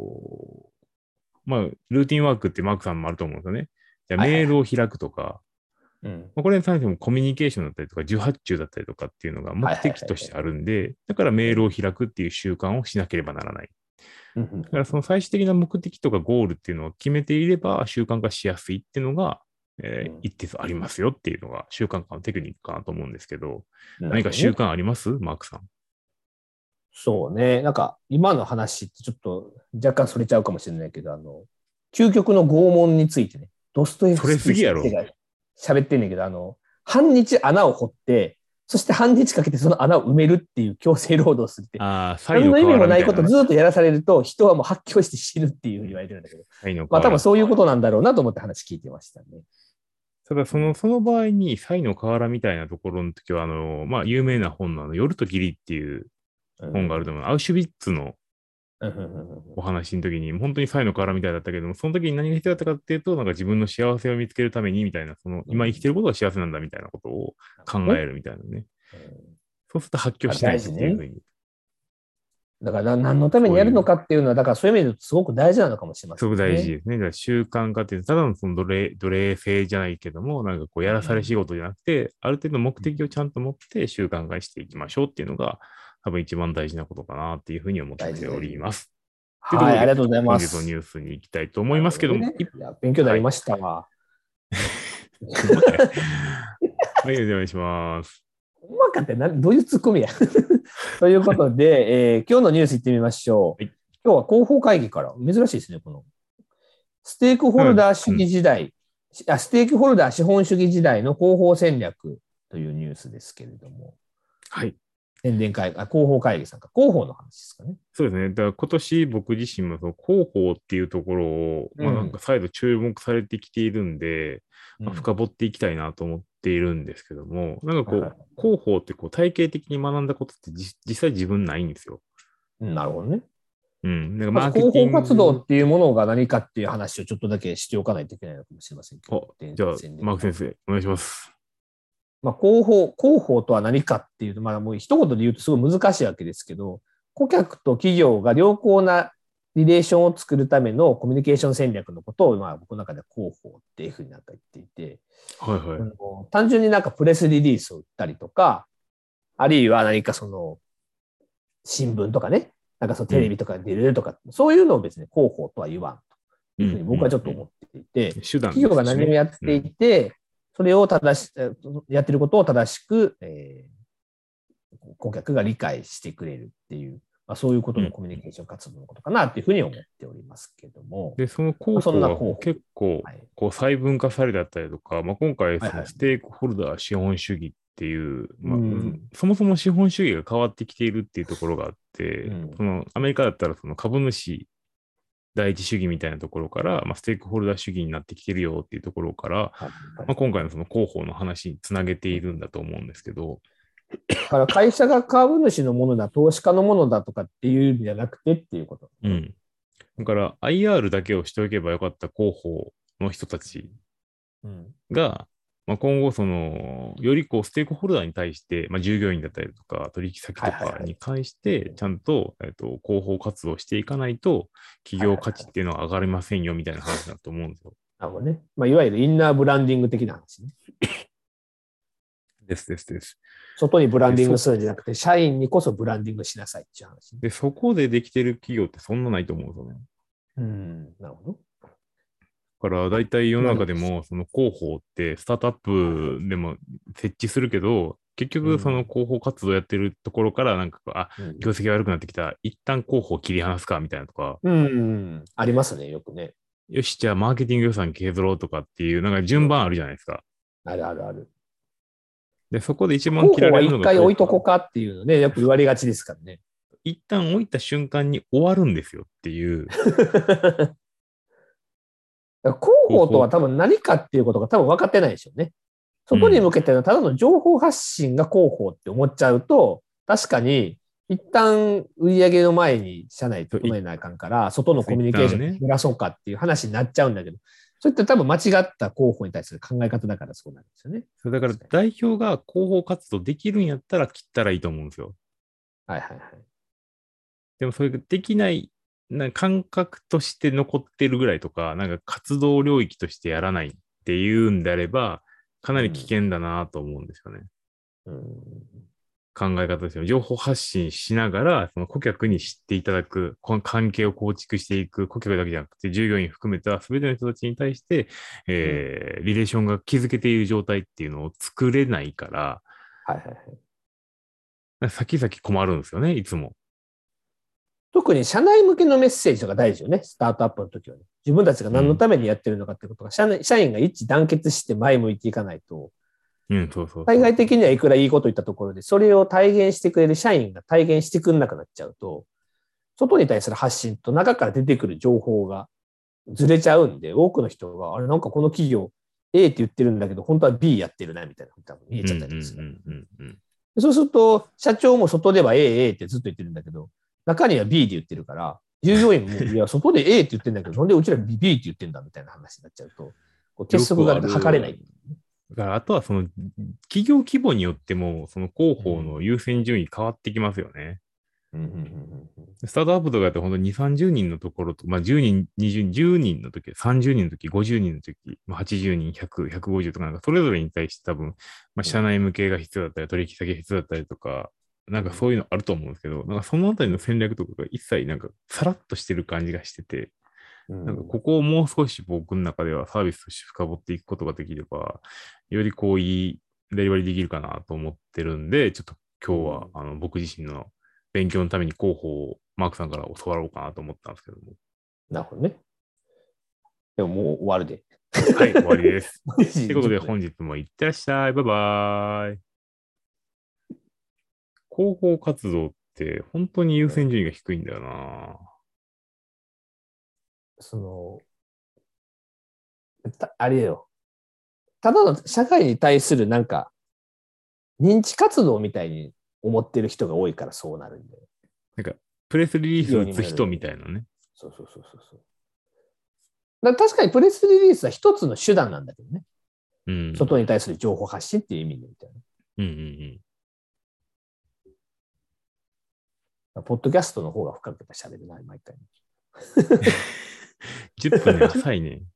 [SPEAKER 1] ルーティンワークってマークさんもあると思うんですよね。じゃあメールを開くとか、これに関してもコミュニケーションだったりとか、受発注だったりとかっていうのが目的としてあるんで、だからメールを開くっていう習慣をしなければならない。だからその最終的な目的とかゴールっていうのを決めていれば習慣化しやすいっていうのが、一定数ありますよっていうのが習慣化のテクニックかなと思うんですけど、何か習慣ありますマークさん。
[SPEAKER 2] そうね。なんか今の話ってちょっと若干それちゃうかもしれないけど、究極の拷問についてね、ドストエフスキーが喋ってんねんけど、半日穴を掘って、 そして半日かけてその穴を埋めるっていう強制労働するって。
[SPEAKER 1] サイの
[SPEAKER 2] 何の意味もない
[SPEAKER 1] 河原みたいな。
[SPEAKER 2] ことずっとやらされると、人はもう発狂して死ぬっていうふうに言われてるんだけど。
[SPEAKER 1] サイの
[SPEAKER 2] まあ多分
[SPEAKER 1] 河原。
[SPEAKER 2] そういうことなんだろうなと思って話聞いてましたね。
[SPEAKER 1] ただその場合に、サイの河原みたいなところの時は、まあ、有名な本の夜と霧っていう本があると思う。アウシュビッツのお話の時に、本当にサイの河原みたいだったけども、その時に何が必要だったかっていうと、なんか自分の幸せを見つけるためにみたいな、今生きてることが幸せなんだみたいなことを考えるみたいなね。そうすると発狂しないっていうふうに。
[SPEAKER 2] だから何のためにやるのかっていうのは、だからそういう意味ですごく大事なのかもしれませんね。
[SPEAKER 1] すごく大事ですね。だから習慣化っていう、ただのその奴隷制じゃないけども、なんかこうやらされ仕事じゃなくて、ある程度目的をちゃんと持って習慣化していきましょうっていうのが、多分一番大事なことかなっていうふうに思っております。
[SPEAKER 2] はい、ありがとうございます。
[SPEAKER 1] 本日のニュースに行きたいと思いますけども。
[SPEAKER 2] 勉強になりましたわ。
[SPEAKER 1] はい、お願いします。
[SPEAKER 2] ほんまかってどういうツッコミやということで、今日のニュースいってみましょう。はい、今日は広報会議から、珍しいですね、この。ステークホルダー主義時代、ステークホルダー資本主義時代の広報戦略というニュースですけれども。
[SPEAKER 1] はい。
[SPEAKER 2] 広報会議さんか、広報の話ですかね。
[SPEAKER 1] そうですね。だから今年僕自身もその広報っていうところを、まあなんか再度注目されてきているんで、まあ、深掘っていきたいなと思っているんですけども、なんかこう、広報ってこう体系的に学んだことって実際自分ないんですよ。
[SPEAKER 2] なるほどね。
[SPEAKER 1] うん。なんか
[SPEAKER 2] まず広報活動っていうものが何かっていう話をちょっとだけしておかないといけないのかもしれませんけど。
[SPEAKER 1] じゃあ、マーク先生、お願いします。
[SPEAKER 2] まあ、広報とは何かっていうと、まあもう一言で言うとすごい難しいわけですけど、顧客と企業が良好なリレーションを作るためのコミュニケーション戦略のことを、まあ僕の中では広報っていうふうになんか言っていて、
[SPEAKER 1] はいはい。
[SPEAKER 2] 単純になんかプレスリリースを打ったりとか、あるいは何かその新聞とかね、なんかそのテレビとか出るとか、そういうのを別に広報とは言わんというふうに僕はちょっと思っていて、企業が何をやっていて、それをやってることを正しく、顧客が理解してくれるっていう、まあ、そういうことのコミュニケーション活動のことかなというふうに思っておりますけども。
[SPEAKER 1] で、その広報は結構、こう細分化されだったりとか、まあ、今回、そのステークホルダー資本主義っていう、まあ、そもそも資本主義が変わってきているっていうところがあって、そのアメリカだったらその株主第一主義みたいなところから、まあ、ステークホルダー主義になってきてるよっていうところから、まあ、今回のその広報の話につなげているんだと思うんですけど。
[SPEAKER 2] だから会社が株主のものだ、投資家のものだとかっていうんじゃなくてっていうこと。
[SPEAKER 1] うん。だから IR だけをしておけばよかった広報の人たちが、まあ、今後よりこうステークホルダーに対して、まあ、従業員だったりとか取引先とかに関してちゃんと、広報活動していかないと企業価値っていうのは上がりませんよみたいな話だと思うんですよ。
[SPEAKER 2] なるほどね。まあ、いわゆるインナーブランディング的な話ね。
[SPEAKER 1] です。
[SPEAKER 2] 外にブランディングするんじゃなくて、社員にこそブランディングしなさいっていう話、ね。
[SPEAKER 1] で、そこでできてる企業ってそんなないと思うんですよね。
[SPEAKER 2] なるほど。
[SPEAKER 1] だから大体世の中でもその広報ってスタートアップでも設置するけど、結局その広報活動やってるところからなんか、業績悪くなってきた、一旦広報切り離すかみたいなとか。
[SPEAKER 2] ありますね、よくね。
[SPEAKER 1] よし、じゃあマーケティング予算削ろうとかっていう、なんか順番あるじゃないですか。
[SPEAKER 2] ある。
[SPEAKER 1] で、そこで一番切られるのが。
[SPEAKER 2] 広報は一回置いとこうかっていうのね、よく言われがちですからね。
[SPEAKER 1] 一旦置いた瞬間に終わるんですよっていう。
[SPEAKER 2] 広報とは多分何かっていうことが多分分かってないでしょうね。そこに向けてのただの情報発信が広報って思っちゃうと、確かに一旦売り上げの前に社内整えなあかんから、外のコミュニケーションを減らそうかっていう話になっちゃうんだけど、それって多分間違った広報に対する考え方だからそうなんですよね。
[SPEAKER 1] だから代表が広報活動できるんやったら切ったらいいと思うんですよ。でもそれができない感覚として残ってるぐらいとか、なんか活動領域としてやらないっていうんであれば、かなり危険だなと思うんですよね。考え方としても、情報発信しながら、その顧客に知っていただく、この関係を構築していく、顧客だけじゃなくて、従業員含めた全ての人たちに対して、リレーションが築けている状態っていうのを作れないから、先々困るんですよね、いつも。
[SPEAKER 2] 特に社内向けのメッセージとか大事よね、スタートアップの時はね。自分たちが何のためにやってるのかってことが、社員が一致団結して前向いていかないと、
[SPEAKER 1] うん、そうそうそう。
[SPEAKER 2] 対外的にはいくらいいこと言ったところで、それを体現してくれる社員が体現してくれなくなっちゃうと、外に対する発信と中から出てくる情報がずれちゃうんで、多くの人が、あれなんかこの企業 A って言ってるんだけど、本当は B やってるな、みたいな多分見えちゃったりする。そうすると、社長も外では A ってずっと言ってるんだけど、中には B で言ってるから、従業員も、いや、外で A って言ってるんだけど、なんでうちら B って言ってんだみたいな話になっちゃうと、結束が図れない。
[SPEAKER 1] だからあとはその企業規模によっても、その広報の優先順位変わってきますよね。スタートアップとかだと本当に2、30人のところと、まあ10人、20人、10人の時、30人の時、50人の時、80人、100、150とかなんかそれぞれに対して多分、まあ社内向けが必要だったり、取引先が必要だったりとか、なんかそういうのあると思うんですけど、なんかそのあたりの戦略とかが一切なんかさらっとしてる感じがしてて、なんかここをもう少し僕の中ではサービスとして深掘っていくことができれば、よりこういいデリバリーできるかなと思ってるんで、ちょっと今日は僕自身の勉強のために広報をマークさんから教わろうかなと思ったんですけども。
[SPEAKER 2] なるほどね。でももう終わるで。
[SPEAKER 1] はい、終わりです。ということで本日もいってらっしゃい。バイバーイ。広報活動って本当に優先順位が低いんだよな。
[SPEAKER 2] あれよ。ただの社会に対するなんか、認知活動みたいに思ってる人が多いからそうなるんで。
[SPEAKER 1] なんか、プレスリリース打つ人みたいなね。
[SPEAKER 2] そう。確かにプレスリリースは一つの手段なんだけどね。
[SPEAKER 1] うん。
[SPEAKER 2] 外に対する情報発信っていう意味でみたいな。ポッドキャストの方が深く喋るな、毎回。
[SPEAKER 1] 10分で浅いね。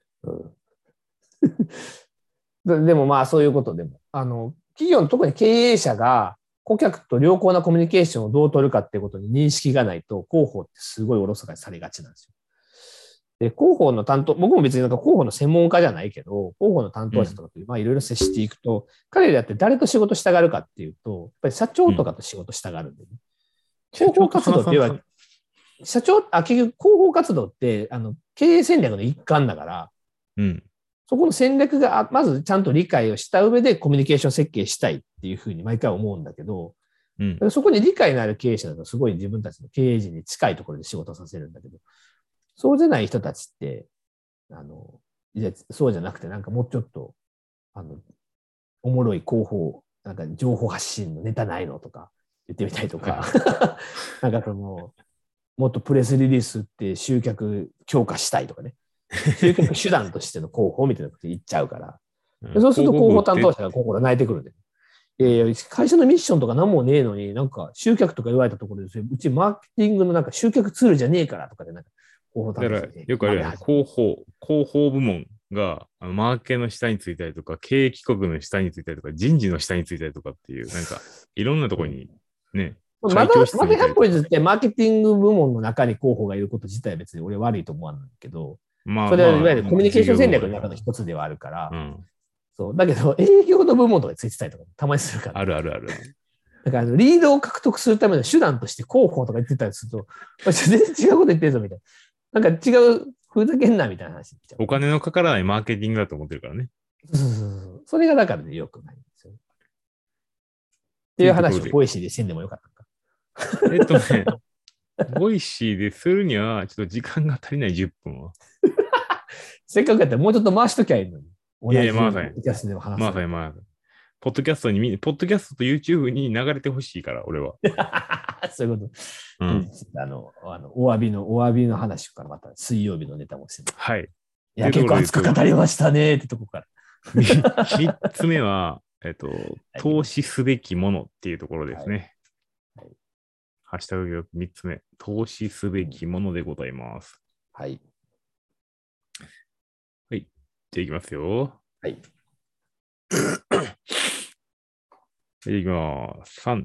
[SPEAKER 2] でもまあそういうことでも、企業の特に経営者が顧客と良好なコミュニケーションをどう取るかっていうことに認識がないと、広報ってすごいおろそかにされがちなんですよ。で、広報の担当、僕も別になんか広報の専門家じゃないけど、広報の担当者とかといろいろ接していくと、彼らって誰と仕事したがるかっていうと、やっぱり社長とかと仕事したがるんでね。広報活動っては、結局広報活動って、経営戦略の一環だから、そこの戦略がまずちゃんと理解をした上でコミュニケーション設計したいっていうふうに毎回思うんだけど、そこに理解のある経営者だとすごい自分たちの経営陣に近いところで仕事をさせるんだけど、そうじゃない人たちって、そうじゃなくてなんかもうちょっと、おもろい広報、なんか情報発信のネタないのとか言ってみたりとか、なんかもっとプレスリリースって集客強化したいとかね。集客手段としての広報みたいなこと言っちゃうから。そうすると広報担当者が心泣いてくるんで。会社のミッションとか何もねえのに、なんか集客とか言われたところで、うちマーケティングのなんか集客ツールじゃねえからとかで、なんか
[SPEAKER 1] 広報担当者で。よくあるよね。広報部門がマーケの下についたりとか、経営企画の下についたりとか、人事の下についたりとかっていう、なんかいろんなところにね、
[SPEAKER 2] まだ100歩譲ってマーケティング部門の中に広報がいること自体は別に俺悪いと思わないけど、それはいわゆるコミュニケーション戦略の中の一つではあるから、そうだけど営業の部門とかについてたりとかたまにするから。
[SPEAKER 1] ある。
[SPEAKER 2] だからリードを獲得するための手段として広報とか言ってたりすると、全然違うこと言ってるぞみたいな。なんか違う、ふざけんなみたいな話。
[SPEAKER 1] お金のかからないマーケティングだと思ってるからね。
[SPEAKER 2] それがだからね、良くないんですよ。っていう話をボイシーでせんでもよかった
[SPEAKER 1] か。ボイシーでするには、ちょっと時間が足りない10分は。
[SPEAKER 2] せっかくやったらもうちょっと回しときゃいいのに。
[SPEAKER 1] いや、まあさに。ポッドキャストと YouTube に流れてほしいから、俺は。
[SPEAKER 2] そういうこと。お詫びの話からまた水曜日のネタもして。
[SPEAKER 1] はい。い
[SPEAKER 2] や、結構熱く語りましたねってとこから。
[SPEAKER 1] 3つ目は、投資すべきものっていうところですね。ハッシュタグ3つ目、投資すべきものでございます。
[SPEAKER 2] はい。
[SPEAKER 1] はい。じゃあいきますよ。
[SPEAKER 2] はい。
[SPEAKER 1] いきます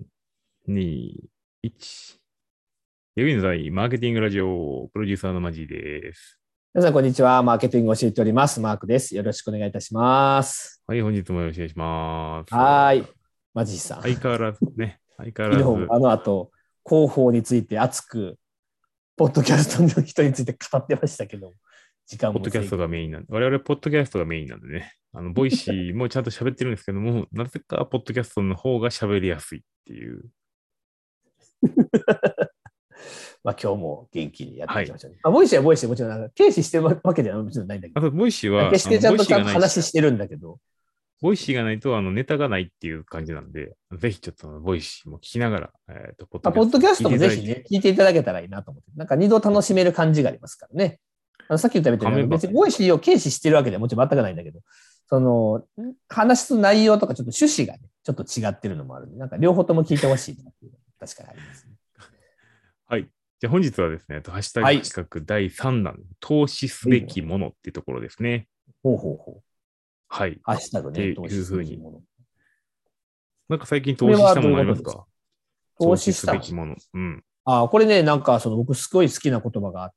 [SPEAKER 1] 。3、2、1。現在、マーケティングラジオプロデューサーのマジです。
[SPEAKER 2] 皆さん、こんにちは。マーケティングを教えております。マークです。よろしくお願いいたします。
[SPEAKER 1] はい、本日もよろしくお願いします。
[SPEAKER 2] はい。マジさん。
[SPEAKER 1] 相変わらずね。
[SPEAKER 2] 昨日、後、広報について熱く、ポッドキャストの人について語ってましたけど、時間も。
[SPEAKER 1] ポッドキャストがメインなんで、我々ポッドキャストがメインなんでね。 ボイシーもちゃんと喋ってるんですけども、なぜかポッドキャストの方が喋りやすいっていう。
[SPEAKER 2] まあ今日も元気にやって
[SPEAKER 1] はい。
[SPEAKER 2] いきましょうね。まあ、ボイシーはボイシーもちろんなんか軽視してるわけではもちろんないんだけど、
[SPEAKER 1] あと、ボイシーは、
[SPEAKER 2] 決してちゃんと
[SPEAKER 1] ボイシーがない、
[SPEAKER 2] 話してるんだけど、
[SPEAKER 1] ボイシーがないと、ネタがないっていう感じなんで、ぜひちょっとボイシーも聞きながら、ポッド
[SPEAKER 2] まあ、
[SPEAKER 1] キャストも聞い
[SPEAKER 2] ポッドキャスト
[SPEAKER 1] ていただいて、
[SPEAKER 2] もぜひね、聞いていただけたらいいなと思って、なんか二度楽しめる感じがありますからね。さっき言ったみたいに、
[SPEAKER 1] 噛めば、
[SPEAKER 2] 別にボイシーを軽視してるわけではもちろん全くないんだけど、話す内容とかちょっと趣旨がね、ちょっと違ってるのもあるんで、なんか両方とも聞いてほしいなっていうのは確かにありますね。
[SPEAKER 1] はい。じゃあ本日はですね、ハッシュタ
[SPEAKER 2] はい。
[SPEAKER 1] グ企画第3弾、投資すべきものっていうところですね。
[SPEAKER 2] ほうほうほう。
[SPEAKER 1] はい。
[SPEAKER 2] ハッシュタグね、
[SPEAKER 1] ってい
[SPEAKER 2] 投資
[SPEAKER 1] うふうに。
[SPEAKER 2] すべきもの。
[SPEAKER 1] なんか最近
[SPEAKER 2] これ
[SPEAKER 1] 投資したも
[SPEAKER 2] はどういう
[SPEAKER 1] のありますか？
[SPEAKER 2] ことですか？投
[SPEAKER 1] 投資す
[SPEAKER 2] 資したの？
[SPEAKER 1] べきもの。うん。
[SPEAKER 2] これね、なんか僕すごい好きな言葉があって、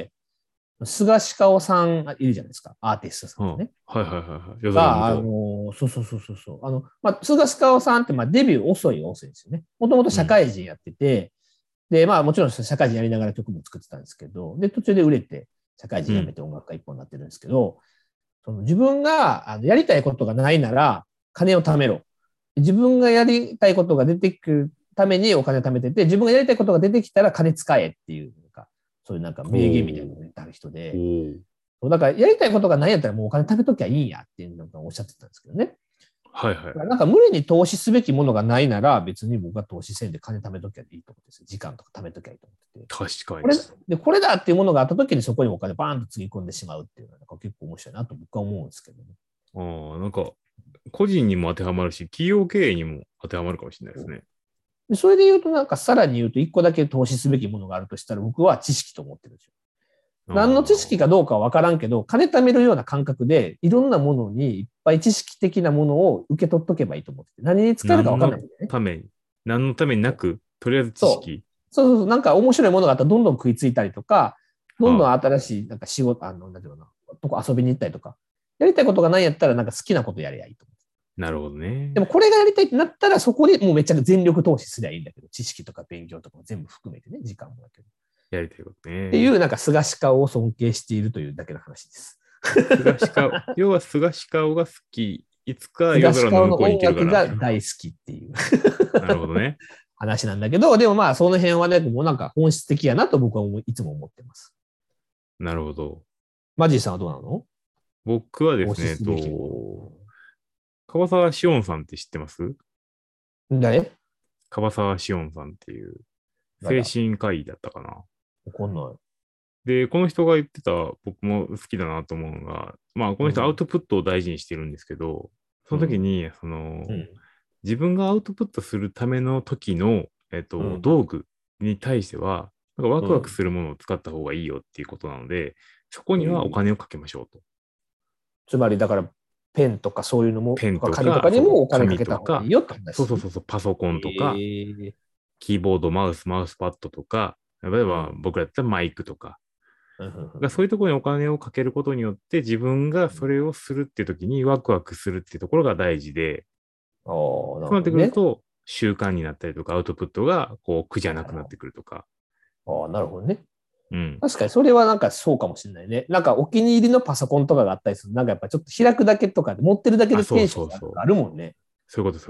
[SPEAKER 2] 菅氏香さんいるじゃないですか、アーティストさんのね。
[SPEAKER 1] はいはいはいはい。夜空
[SPEAKER 2] が、
[SPEAKER 1] の向こ
[SPEAKER 2] そう。菅氏香さんって、デビュー遅いですよね。もともと社会人やってて、で、もちろん社会人やりながら曲も作ってたんですけど、で、途中で売れて、社会人辞めて音楽家一本になってるんですけど、自分がやりたいことがないなら、金を貯めろ。自分がやりたいことが出てくるためにお金貯めてて、自分がやりたいことが出てきたら金使えっていう、そういうなんか名言みたいなのを言ってある人で、だからやりたいことがないやったらもうお金貯めときゃいいんやっていうのをおっしゃってたんですけどね。
[SPEAKER 1] はいはい。
[SPEAKER 2] なんか無理に投資すべきものがないなら、別に僕は投資せんで金貯めときゃいいと思ってですよ。時間とか貯めときゃいいと思ってて。
[SPEAKER 1] 確かに。
[SPEAKER 2] これだっていうものがあったときにそこにお金バーンとつぎ込んでしまうっていうのはなんか結構面白いなと僕は思うんですけどね。
[SPEAKER 1] なんか、個人にも当てはまるし、企業経営にも当てはまるかもしれないですね。
[SPEAKER 2] それで言うとなんかさらに言うと一個だけ投資すべきものがあるとしたら僕は知識と思ってるんですよ。何の知識かどうかは分からんけど、金貯めるような感覚で、いろんなものにいっぱい知識的なものを受け取っとけばいいと思ってて、何に使えるか分かんないんだよね。
[SPEAKER 1] 何のためになく、とりあえず知識。
[SPEAKER 2] そう。なんか面白いものがあったらどんどん食いついたりとか、どんどん新しいなんか仕事、なんていうのとこ遊びに行ったりとか、やりたいことがないんやったらなんか好きなことやりゃいいと思
[SPEAKER 1] う。なるほどね。
[SPEAKER 2] でもこれがやりたいってなったらそこにもうめっちゃ全力投資すりゃいいんだけど、知識とか勉強とかも全部含めてね、時間もだけど。
[SPEAKER 1] やりたいことね。
[SPEAKER 2] っていう、なんか菅氏顔を尊敬しているというだけの話です。
[SPEAKER 1] 要は菅氏顔が好き。いつか
[SPEAKER 2] 菅氏顔の音
[SPEAKER 1] 夜空の向こうに行けるか
[SPEAKER 2] 楽
[SPEAKER 1] ら。
[SPEAKER 2] が大好きっていう
[SPEAKER 1] なるほどね。
[SPEAKER 2] 話なんだけど、でもその辺はね、もうなんか本質的やなと僕はいつも思ってます。
[SPEAKER 1] なるほど。
[SPEAKER 2] マジーさんはどうなの？
[SPEAKER 1] 僕はですね、樺沢志音さんって知ってます？
[SPEAKER 2] 誰？
[SPEAKER 1] 樺沢志音さんっていう精神科医だったかな。
[SPEAKER 2] わかんない。
[SPEAKER 1] で、この人が言ってた僕も好きだなと思うのが、この人アウトプットを大事にしてるんですけど、その時に、自分がアウトプットするための時の、道具に対しては、なんかワクワクするものを使った方がいいよっていうことなので、そこにはお金をかけましょうと。
[SPEAKER 2] つまり、だから、ペンとかそういうのも、
[SPEAKER 1] ペンとか
[SPEAKER 2] 紙とかにもお金かけた方がいいよって話。
[SPEAKER 1] そう、パソコンとか、キーボード、マウスパッドとか、例えば僕らだったらマイクとか、そういうところにお金をかけることによって自分がそれをするっていう時にワクワクするっていうところが大事で、そうなってくると習慣になったりとかアウトプットがこう苦じゃなくなってくるとか。
[SPEAKER 2] なるほどね。
[SPEAKER 1] うん。
[SPEAKER 2] 確かにそれはなんかそうかもしれないね。なんかお気に入りのパソコンとかがあったりする。なんかやっぱちょっと開くだけとか持ってるだけでテンションがあるもんね。
[SPEAKER 1] そういうこと。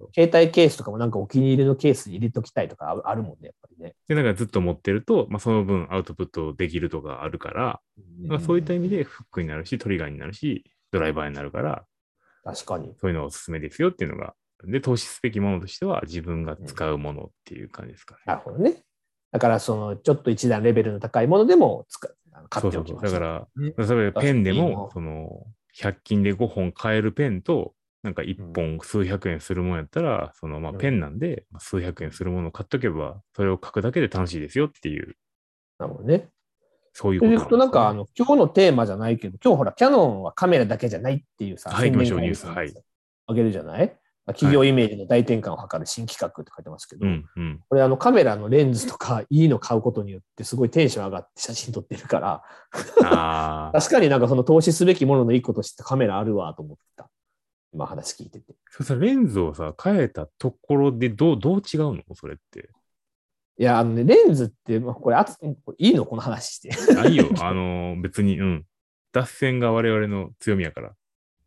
[SPEAKER 2] 携帯ケースとかもなんかお気に入りのケースに入れときたいとかあるもんね、やっぱりね。
[SPEAKER 1] で、なんかずっと持ってると、その分アウトプットできるとかあるから、そういった意味でフックになるし、トリガーになるし、ドライバーになるから、
[SPEAKER 2] 確かに。
[SPEAKER 1] そういうのがおすすめですよっていうのが、で、投資すべきものとしては自分が使うものっていう感じですかね。
[SPEAKER 2] なるほどね。だから、ちょっと一段レベルの高いものでも買っておきましょう。
[SPEAKER 1] だから、例えばペンでも、100均で5本買えるペンと、なんか1本数百円するものやったら、ペンなんで数百円するものを買っとけば、それを書くだけで楽しいですよっていう。
[SPEAKER 2] なるほどね。
[SPEAKER 1] そういうことなんですね。
[SPEAKER 2] なんか今日のテーマじゃないけど、今日ほら、キャノンはカメラだけじゃないっていうさ、
[SPEAKER 1] はい、行きましょう、ニュース。はい。
[SPEAKER 2] あげるじゃない？企業イメージの大転換を図る新企画って書いてますけど、これカメラのレンズとかいいの買うことによってすごいテンション上がって写真撮ってるから確かになんかその投資すべきものの一個としてカメラあるわと思ってた。今話聞いてて。
[SPEAKER 1] レンズをさ、変えたところでどう違うのそれって。
[SPEAKER 2] いや、レンズって、これいいのこの話して。
[SPEAKER 1] いいよ。別に、脱線が我々の強みやから。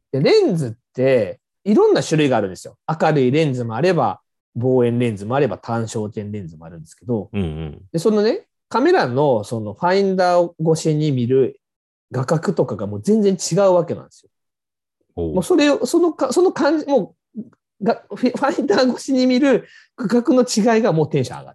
[SPEAKER 2] でレンズっていろんな種類があるんですよ。明るいレンズもあれば、望遠レンズもあれば、単焦点レンズもあるんですけど、
[SPEAKER 1] うんうん。
[SPEAKER 2] で、そのね、カメラのそのファインダー越しに見る画角とかがもう全然違うわけなんですよ。もうそれを、その感じ、もうファインダー越しに見る画角の違いがもうテンション上がる。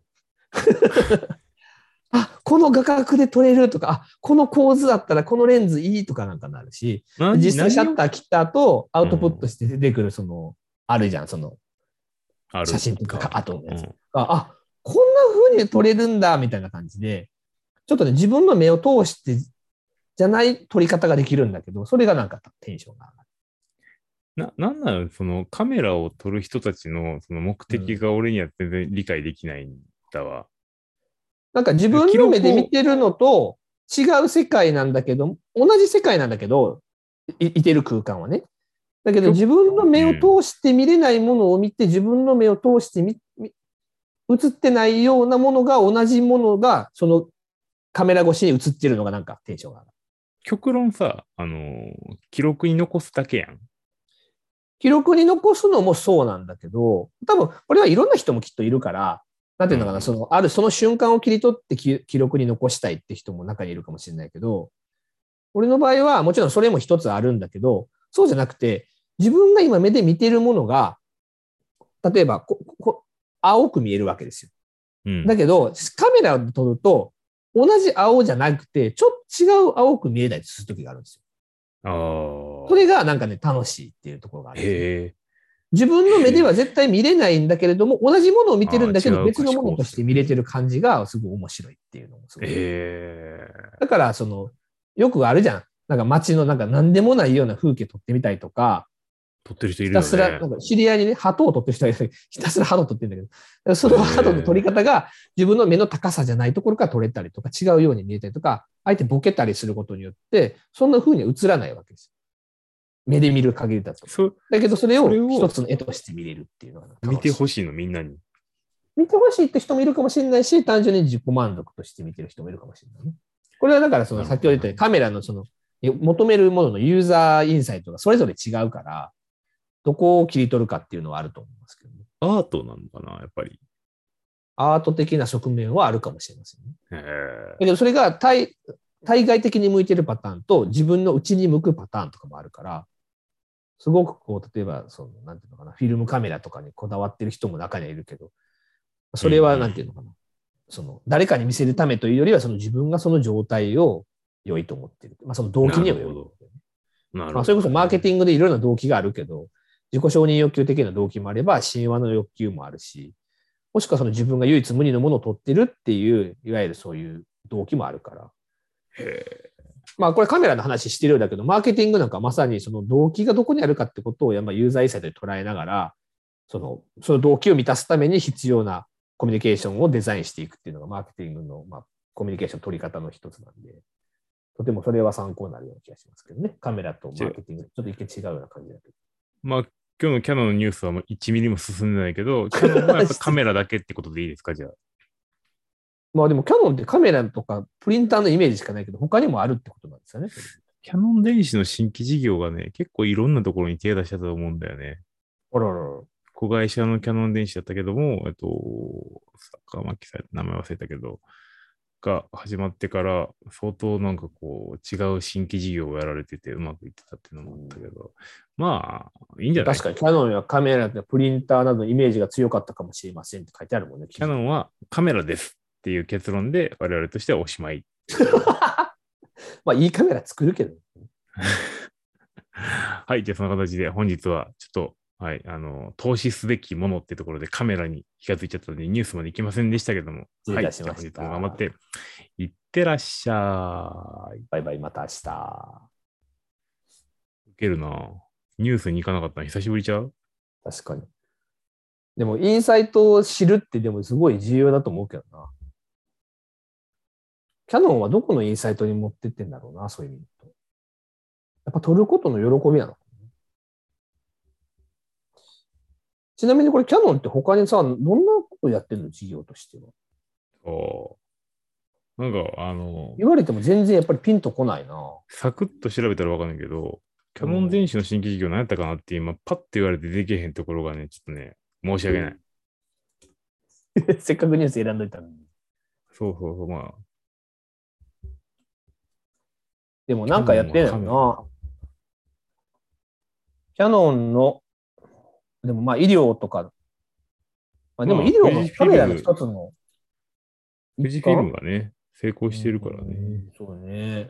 [SPEAKER 2] あ、この画角で撮れるとか、あ、この構図だったらこのレンズいいとかなんかなるし、実際シャッター切った後、アウトプットして出てくる、あるじゃん、写真とか後のやつ。あ、こんな風に撮れるんだ、みたいな感じで、ちょっとね、自分の目を通してじゃない撮り方ができるんだけど、それがなんかテンションが上がる。
[SPEAKER 1] なんなのそのカメラを撮る人たちのその目的が俺には全然理解できないんだわ。
[SPEAKER 2] なんか自分の目で見てるのと違う世界なんだけど、同じ世界なんだけど、いてる空間はね。だけど自分の目を通して見れないものを見て、自分の目を通して映ってないようなものが同じものが、そのカメラ越しに映ってるのがなんかテンションが上がる。
[SPEAKER 1] 極論さ、記録に残すだけやん。
[SPEAKER 2] 記録に残すのもそうなんだけど、多分これはいろんな人もきっといるから、なんていうのかな、その瞬間を切り取って記録に残したいって人も中にいるかもしれないけど、俺の場合はもちろんそれも一つあるんだけど、そうじゃなくて、自分が今目で見てるものが、例えば青く見えるわけですよ。うん、だけど、カメラで撮ると、同じ青じゃなくて、ちょっと違う青く見えたりするときがあるんですよ。それがなんかね、楽しいっていうところがあるんですね。自分の目では絶対見れないんだけれども、同じものを見てるんだけど、別のものとして見れてる感じがすごい面白いっていうのもすごい。だから、よくあるじゃん。なんか街のなんか何でもないような風景撮ってみたいとか、
[SPEAKER 1] 撮ってる人いるよね。
[SPEAKER 2] ひたすら、なんか知り合いにね、鳩を撮ってる人がいる。ひたすら鳩を撮ってるんだけど、その鳩の撮り方が自分の目の高さじゃないところから撮れたりとか、違うように見えたりとか、相手ボケたりすることによって、そんな風に映らないわけですよ。目で見る限りだと。だけど、それを一つの絵として見れるっていうのが
[SPEAKER 1] 見てほしいの、みんなに。
[SPEAKER 2] 見てほしいって人もいるかもしれないし、単純に自己満足として見てる人もいるかもしれないね。これはだから、先ほど言ったようにカメラの求めるもののユーザーインサイトがそれぞれ違うから、どこを切り取るかっていうのはあると思いますけどね。
[SPEAKER 1] アートなのかな、やっぱり。
[SPEAKER 2] アート的な側面はあるかもしれませんね。だけど、それが対外的に向いてるパターンと、自分の内に向くパターンとかもあるから、すごく例えば、なんていうのかな、フィルムカメラとかにこだわってる人も中にはいるけど、それはなんていうのかな、誰かに見せるためというよりは、自分がその状態を良いと思っている。その動機には良い。それこそマーケティングでいろんな動機があるけど、自己承認欲求的な動機もあれば、神話の欲求もあるし、もしくは自分が唯一無二のものを取ってるっていう、いわゆるそういう動機もあるから。これカメラの話してるようだけど、マーケティングなんかまさにその動機がどこにあるかってことをユーザーインサイトで捉えながら、その動機を満たすために必要なコミュニケーションをデザインしていくっていうのがマーケティングの、コミュニケーション取り方の一つなんで、とてもそれは参考になるような気がしますけどね。カメラとマーケティング、ちょっと一見違うような感じだけど。
[SPEAKER 1] 今日のキャノンのニュースは1ミリも進んでないけど、キャノンはやっぱカメラだけってことでいいですか、じゃあ。
[SPEAKER 2] でもキャノンってカメラとかプリンターのイメージしかないけど、他にもあるってことなんですよね。
[SPEAKER 1] キャノン電子の新規事業がね、結構いろんなところに手出したと思うんだよね。子会社のキャノン電子だったけども、坂巻さん、名前忘れたけど、が始まってから相当なんか違う新規事業をやられててうまくいってたっていうのもあったけど、いいんじゃない？
[SPEAKER 2] 確かにキャノンはカメラでプリンターなどのイメージが強かったかもしれませんって書いてあるもんね。
[SPEAKER 1] キャノンはカメラですっていう結論で我々としてはおしまい。
[SPEAKER 2] いいカメラ作るけど。
[SPEAKER 1] はい、じゃあその形で本日はちょっとはい、投資すべきものってところでカメラに気がついちゃったのでニュースまで行きませんでしたけども。
[SPEAKER 2] 失礼いたしました。
[SPEAKER 1] はい、本日も頑張って、いってらっしゃい。
[SPEAKER 2] バイバイ、また明日。
[SPEAKER 1] 受けるな。ニュースに行かなかったの久しぶりちゃう？
[SPEAKER 2] 確かに。でも、インサイトを知るってでもすごい重要だと思うけどな。キャノンはどこのインサイトに持ってってんだろうな、そういう意味と。やっぱ撮ることの喜びなの。ちなみにこれキャノンって他にさ、どんなことやってんの事業としては。
[SPEAKER 1] なんか
[SPEAKER 2] 言われても全然やっぱりピンとこないな。
[SPEAKER 1] サクッと調べたらわかんないけど、 キャノン電子の新規事業何やったかなって今、パッて言われて出てけへんところがね、ちょっとね、申し訳ない。
[SPEAKER 2] せっかくニュース選んどいたのに。
[SPEAKER 1] そうそうそう、まあ。
[SPEAKER 2] でもなんかやってんだよな。キャノンの、でもまあ医療とか、まあでも医療のカメラの一つの。
[SPEAKER 1] 富士フィルムがね、成功してるからね。
[SPEAKER 2] そうね。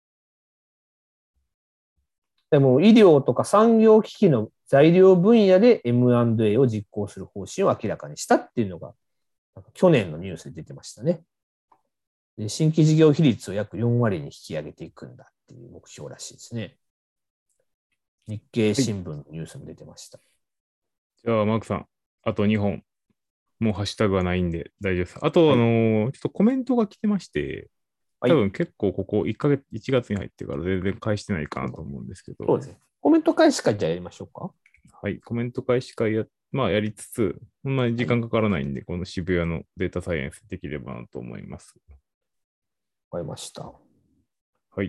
[SPEAKER 2] でも医療とか産業機器の材料分野で M&A を実行する方針を明らかにしたっていうのが、なんか去年のニュースで出てましたね。で、新規事業比率を約4割に引き上げていくんだっていう目標らしいですね。日経新聞のニュースも出てました。
[SPEAKER 1] じゃあ、マークさん、あと2本。もうハッシュタグはないんで大丈夫です。あと、ちょっとコメントが来てまして、多分結構ここ1ヶ月、1月に入ってから全然返してないかなと思うんですけど。
[SPEAKER 2] そうですね。コメント開始会じゃあやりましょうか。
[SPEAKER 1] はい、コメント開始会やりつつ、そんなに時間かからないんで、この渋谷のデータサイエンスできればなと思います。
[SPEAKER 2] わかりました。
[SPEAKER 1] はい。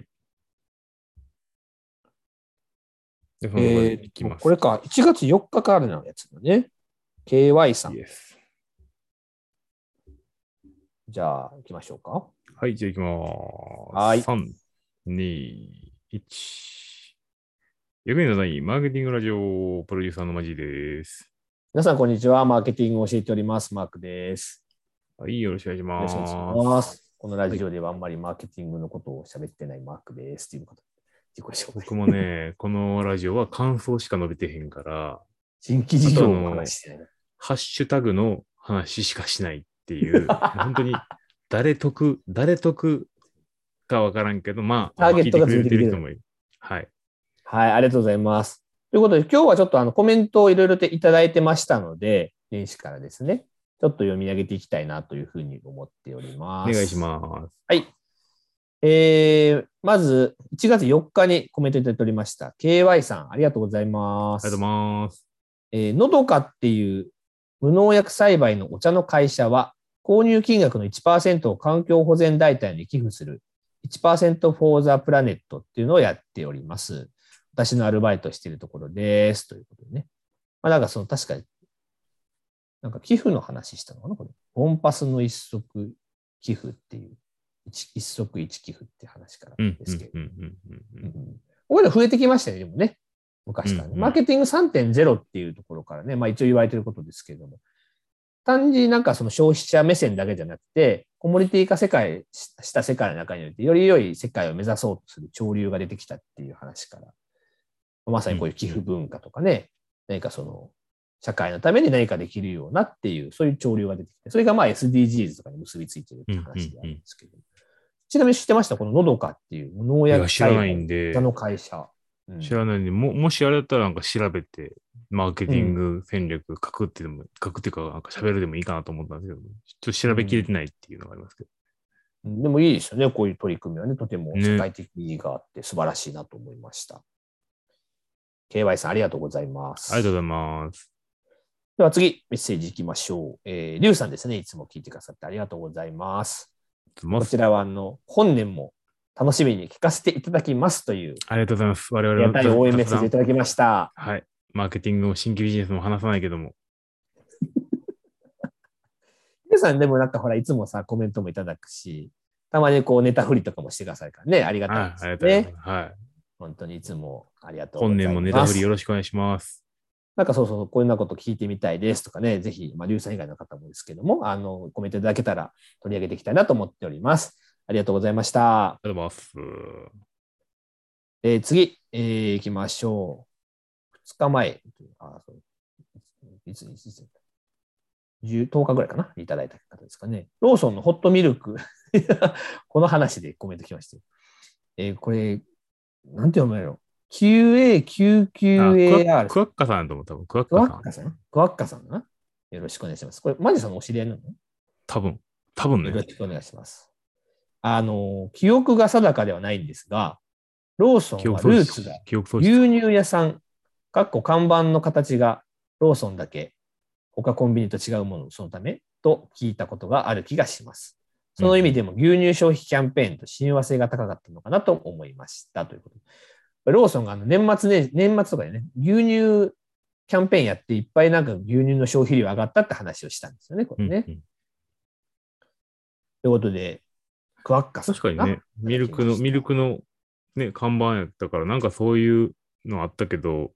[SPEAKER 1] で、その場でいきます。
[SPEAKER 2] これか、1月4日からのやつだね。KY さん。
[SPEAKER 1] Yes。
[SPEAKER 2] じゃあ、行きましょうか。
[SPEAKER 1] はい、じゃあ行きます。
[SPEAKER 2] はい。
[SPEAKER 1] 3、2、1。役に立たないマーケティングラジオプロデューサーのマジです。
[SPEAKER 2] 皆さん、こんにちは。マーケティングを教えております。マークです。
[SPEAKER 1] はい、よろしくお願いします。
[SPEAKER 2] よろしくお願いします。このラジオではあんまりマーケティングのことを喋ってないマークです。ということで、自己紹介。
[SPEAKER 1] 僕もね、このラジオは感想しか述べてへんから、
[SPEAKER 2] 新規事業の話してない。
[SPEAKER 1] ハッシュタグの話しかしないっていう、本当に誰得かわからんけど、まあ、
[SPEAKER 2] ターゲットが
[SPEAKER 1] 聞いてくれてる人
[SPEAKER 2] る
[SPEAKER 1] もいる。はい。
[SPEAKER 2] はい、ありがとうございます。ということで、今日はちょっとコメントをいろいろといただいてましたので、年始からですね、ちょっと読み上げていきたいなというふうに思っております。
[SPEAKER 1] お願いします。
[SPEAKER 2] はい。まず、1月4日にコメントいただいておりました。KY さん、ありがとうございます。
[SPEAKER 1] ありがとうございます。
[SPEAKER 2] のどかっていう無農薬栽培のお茶の会社は、購入金額の 1% を環境保全団体に寄付する 1% for the planet っていうのをやっております。私のアルバイトしているところです。ということでね。まあ、なんか確かに、なんか寄付の話したのかなこれ。ボンパスの一足寄付っていう、一足一寄付っていう話からですけど。こういうの増えてきましたよね、でもね。昔からね。マーケティング 3.0 っていうところからね、まあ一応言われていることですけれども。単純になんかその消費者目線だけじゃなくて、コモディティ化した世界の中において、より良い世界を目指そうとする潮流が出てきたっていう話から、まさにこういう寄付文化とかね、何かその、社会のために何かできるようなっていう、そういう潮流が出てきて、それがまあ SDGs とかに結びついてるって話であるんですけど。ちなみに知ってましたこののどかっていう無農薬栽培の会社。
[SPEAKER 1] 知らないんで、もしあれだったらなんか調べて、マーケティング戦略書くっていうか、なんか喋るでもいいかなと思ったんですけど、ちょっと調べきれてないっていうのがありますけど。
[SPEAKER 2] でもいいですよね。こういう取り組みはね、とても世界的意義があって素晴らしいなと思いました。KY さん、ありがとうございます。
[SPEAKER 1] ありがとうございます。
[SPEAKER 2] では次、メッセージいきましょう。リュウさんですね。いつも聞いてくださってありがとうございます。こちらは本年も楽しみに聞かせていただきますという。
[SPEAKER 1] ありがとうございます。我々
[SPEAKER 2] の。ありがたい応援メッセージいただきました。
[SPEAKER 1] はい。マーケティングも新規ビジネスも話さないけども。
[SPEAKER 2] 皆さんでもなんかほら、いつもさ、コメントもいただくし、たまにこうネタ振りとかもしてくださるからね、ありがたいですね。
[SPEAKER 1] ありがとうございます。はい。
[SPEAKER 2] 本当にいつもありがとうございます。
[SPEAKER 1] 本年もネタ振りよろしくお願いします。
[SPEAKER 2] なんかそう、こういうようなこと聞いてみたいですとかね、ぜひ、リュウさん以外の方もですけども、コメントいただけたら取り上げていきたいなと思っております。ありがとうございました。
[SPEAKER 1] ありがとうございます。
[SPEAKER 2] 次、行きましょう。2日前、いつ10日ぐらいかな、いただいた方ですかね。ローソンのホットミルク。この話でコメント来ました。これ、なんて読むのQAQQAR。
[SPEAKER 1] クワッカさんと思った
[SPEAKER 2] クワッカさんクワッカさんなよろしくお願いします。これ、マジさんのお知り合いなの
[SPEAKER 1] 多分ね。
[SPEAKER 2] よろしくお願いします。記憶が定かではないんですが、ローソンはルーツが牛乳屋さん、看板の形がローソンだけ、他コンビニと違うもの、そのためと聞いたことがある気がします。その意味でも牛乳消費キャンペーンと親和性が高かったのかなと思いました。ということで。 ローソンが年末とかでね、牛乳キャンペーンやっていっぱいなんか牛乳の消費量上がったって話をしたんですよね、これね。
[SPEAKER 1] うん。
[SPEAKER 2] ということで、クワッカさん
[SPEAKER 1] 確かにね、ミルクのね、看板やったから、なんかそういうのあったけど、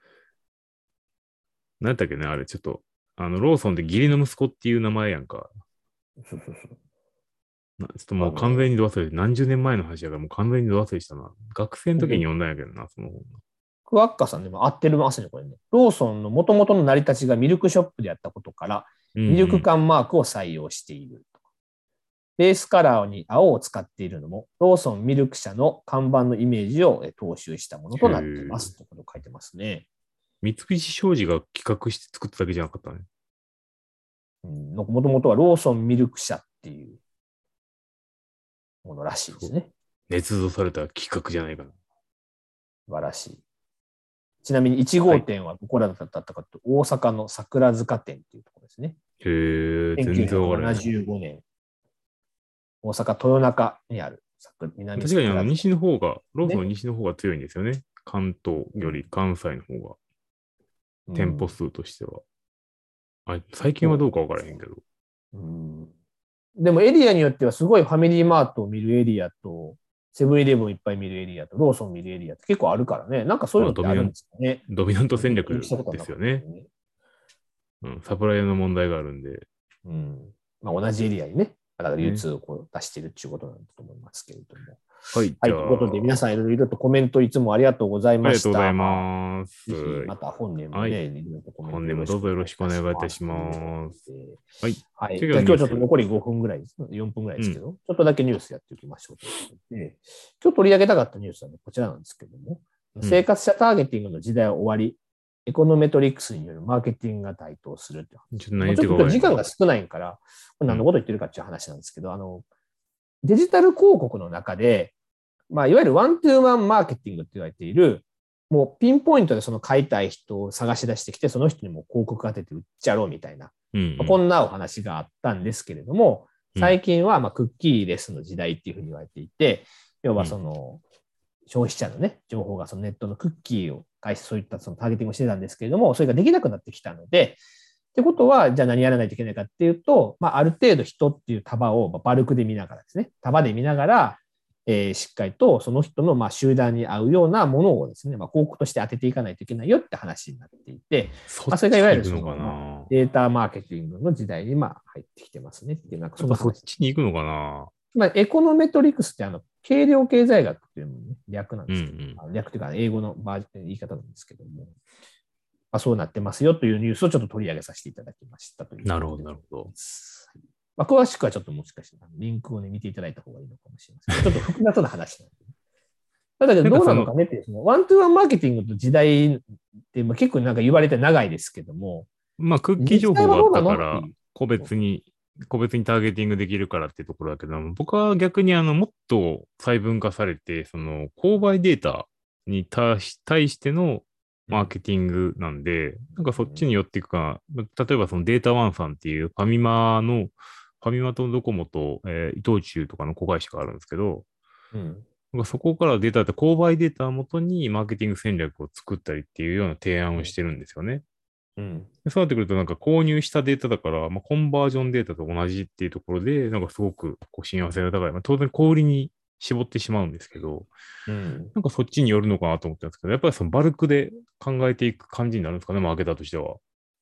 [SPEAKER 1] なんだっけね、あれ、ちょっと、ローソンで義理の息子っていう名前やんか。
[SPEAKER 2] そうそうそう。
[SPEAKER 1] ちょっともう完全にど忘れ、何十年前の話やからもう完全にど忘れしたな。学生の時に読んだんやけどな、その本。
[SPEAKER 2] クワッカさんでも合ってますね、これね。ローソンの元々の成り立ちがミルクショップであったことから、ミルク缶マークを採用している。ベースカラーに青を使っているのも、ローソンミルク社の看板のイメージを踏襲したものとなっています。ということを書いてますね。
[SPEAKER 1] 三菱商事が企画して作っただけじゃなかったね。
[SPEAKER 2] もともとはローソンミルク社っていうものらしいですね。
[SPEAKER 1] 捏造された企画じゃないかな。
[SPEAKER 2] 素晴らしい。ちなみに1号店はどこらだったかと、大阪の桜塚店っていうところですね。
[SPEAKER 1] へえ、全然わからない。
[SPEAKER 2] 1975年。大阪豊中にある
[SPEAKER 1] 南確かに西の方が、ローソンの西の方が強いんですよね。関東より関西の方が。店舗数としては。最近はどうかわからへんけど。
[SPEAKER 2] でもエリアによってはすごいファミリーマートを見るエリアと、セブンイレブンいっぱい見るエリアと、ローソン見るエリアって結構あるからね。なんかそういうのってあるんですかね。
[SPEAKER 1] ドミナント戦略ですよね。サプライの問題があるんで。
[SPEAKER 2] 同じエリアにね、だから流通をこう出してるっていうことなんだと思いますけれども。
[SPEAKER 1] はい。
[SPEAKER 2] ということで、皆さんいろいろとコメントいつもありがとうございました。
[SPEAKER 1] ありがとうございます。
[SPEAKER 2] ぜひ、また本年もね、
[SPEAKER 1] 本年もどうぞよろしくお願いいたします。
[SPEAKER 2] はい。じゃあ今日ちょっと残り5分ぐらいです。4分ぐらいですけど、ちょっとだけニュースやっておきましょうということで、今日取り上げたかったニュースはね、こちらなんですけども、生活者ターゲティングの時代は終わり、エコノメトリックスによるマーケティングが台頭するってちょっと時間が少ないから、何のこと言ってるかっていう話なんですけど、デジタル広告の中で、いわゆるワントゥーワンマーケティングって言われている、もうピンポイントでその買いたい人を探し出してきて、その人にも広告当てて売っちゃろうみたいな、こんなお話があったんですけれども、最近はクッキーレスの時代っていうふうに言われていて、要はその消費者のね、情報がそのネットのクッキーを介してそういったそのターゲティングをしてたんですけれども、それができなくなってきたので、ってことは、じゃあ何やらないといけないかっていうと、ある程度人っていう束をバルクで見ながらですね、束で見ながら、しっかりとその人の集団に合うようなものをですね、広告として当てていかないといけないよって話になっていて、それがいわゆるそのデータマーケティングの時代に入ってきてますねっていう、なんか
[SPEAKER 1] そっちに行くのかな。
[SPEAKER 2] エコノメトリクスって計量経済学っていうのも、ね、略なんですけど、略というか英語の言い方なんですけども、そうなってますよというニュースをちょっと取り上げさせていただきましたという。
[SPEAKER 1] なるほど、なるほど。
[SPEAKER 2] 詳しくはちょっともしかしたらリンクをね、見ていただいた方がいいのかもしれません。ちょっと複雑な話なんで、ね。だけどどうなのかねっていう、ワントゥーワンマーケティングの時代って結構なんか言われて長いですけども。
[SPEAKER 1] クッキー情報があったから、個別にターゲティングできるからっていうところだけど、僕は逆にもっと細分化されて、その購買データに対してのマーケティングなんで、なんかそっちに寄っていくかな。例えばそのデータワンさんっていうファミマとドコモと、伊藤忠とかの子会社があるんですけど、なんかそこからデータって購買データをもとにマーケティング戦略を作ったりっていうような提案をしてるんですよね。そうなってくるとなんか購入したデータだから、コンバージョンデータと同じっていうところで、なんかすごく親和性が高い。当然小売りに絞ってしまうんですけど、なんかそっちによるのかなと思ったんですけど、やっぱりそのバルクで考えていく感じになるんですかね、マーケターとしては。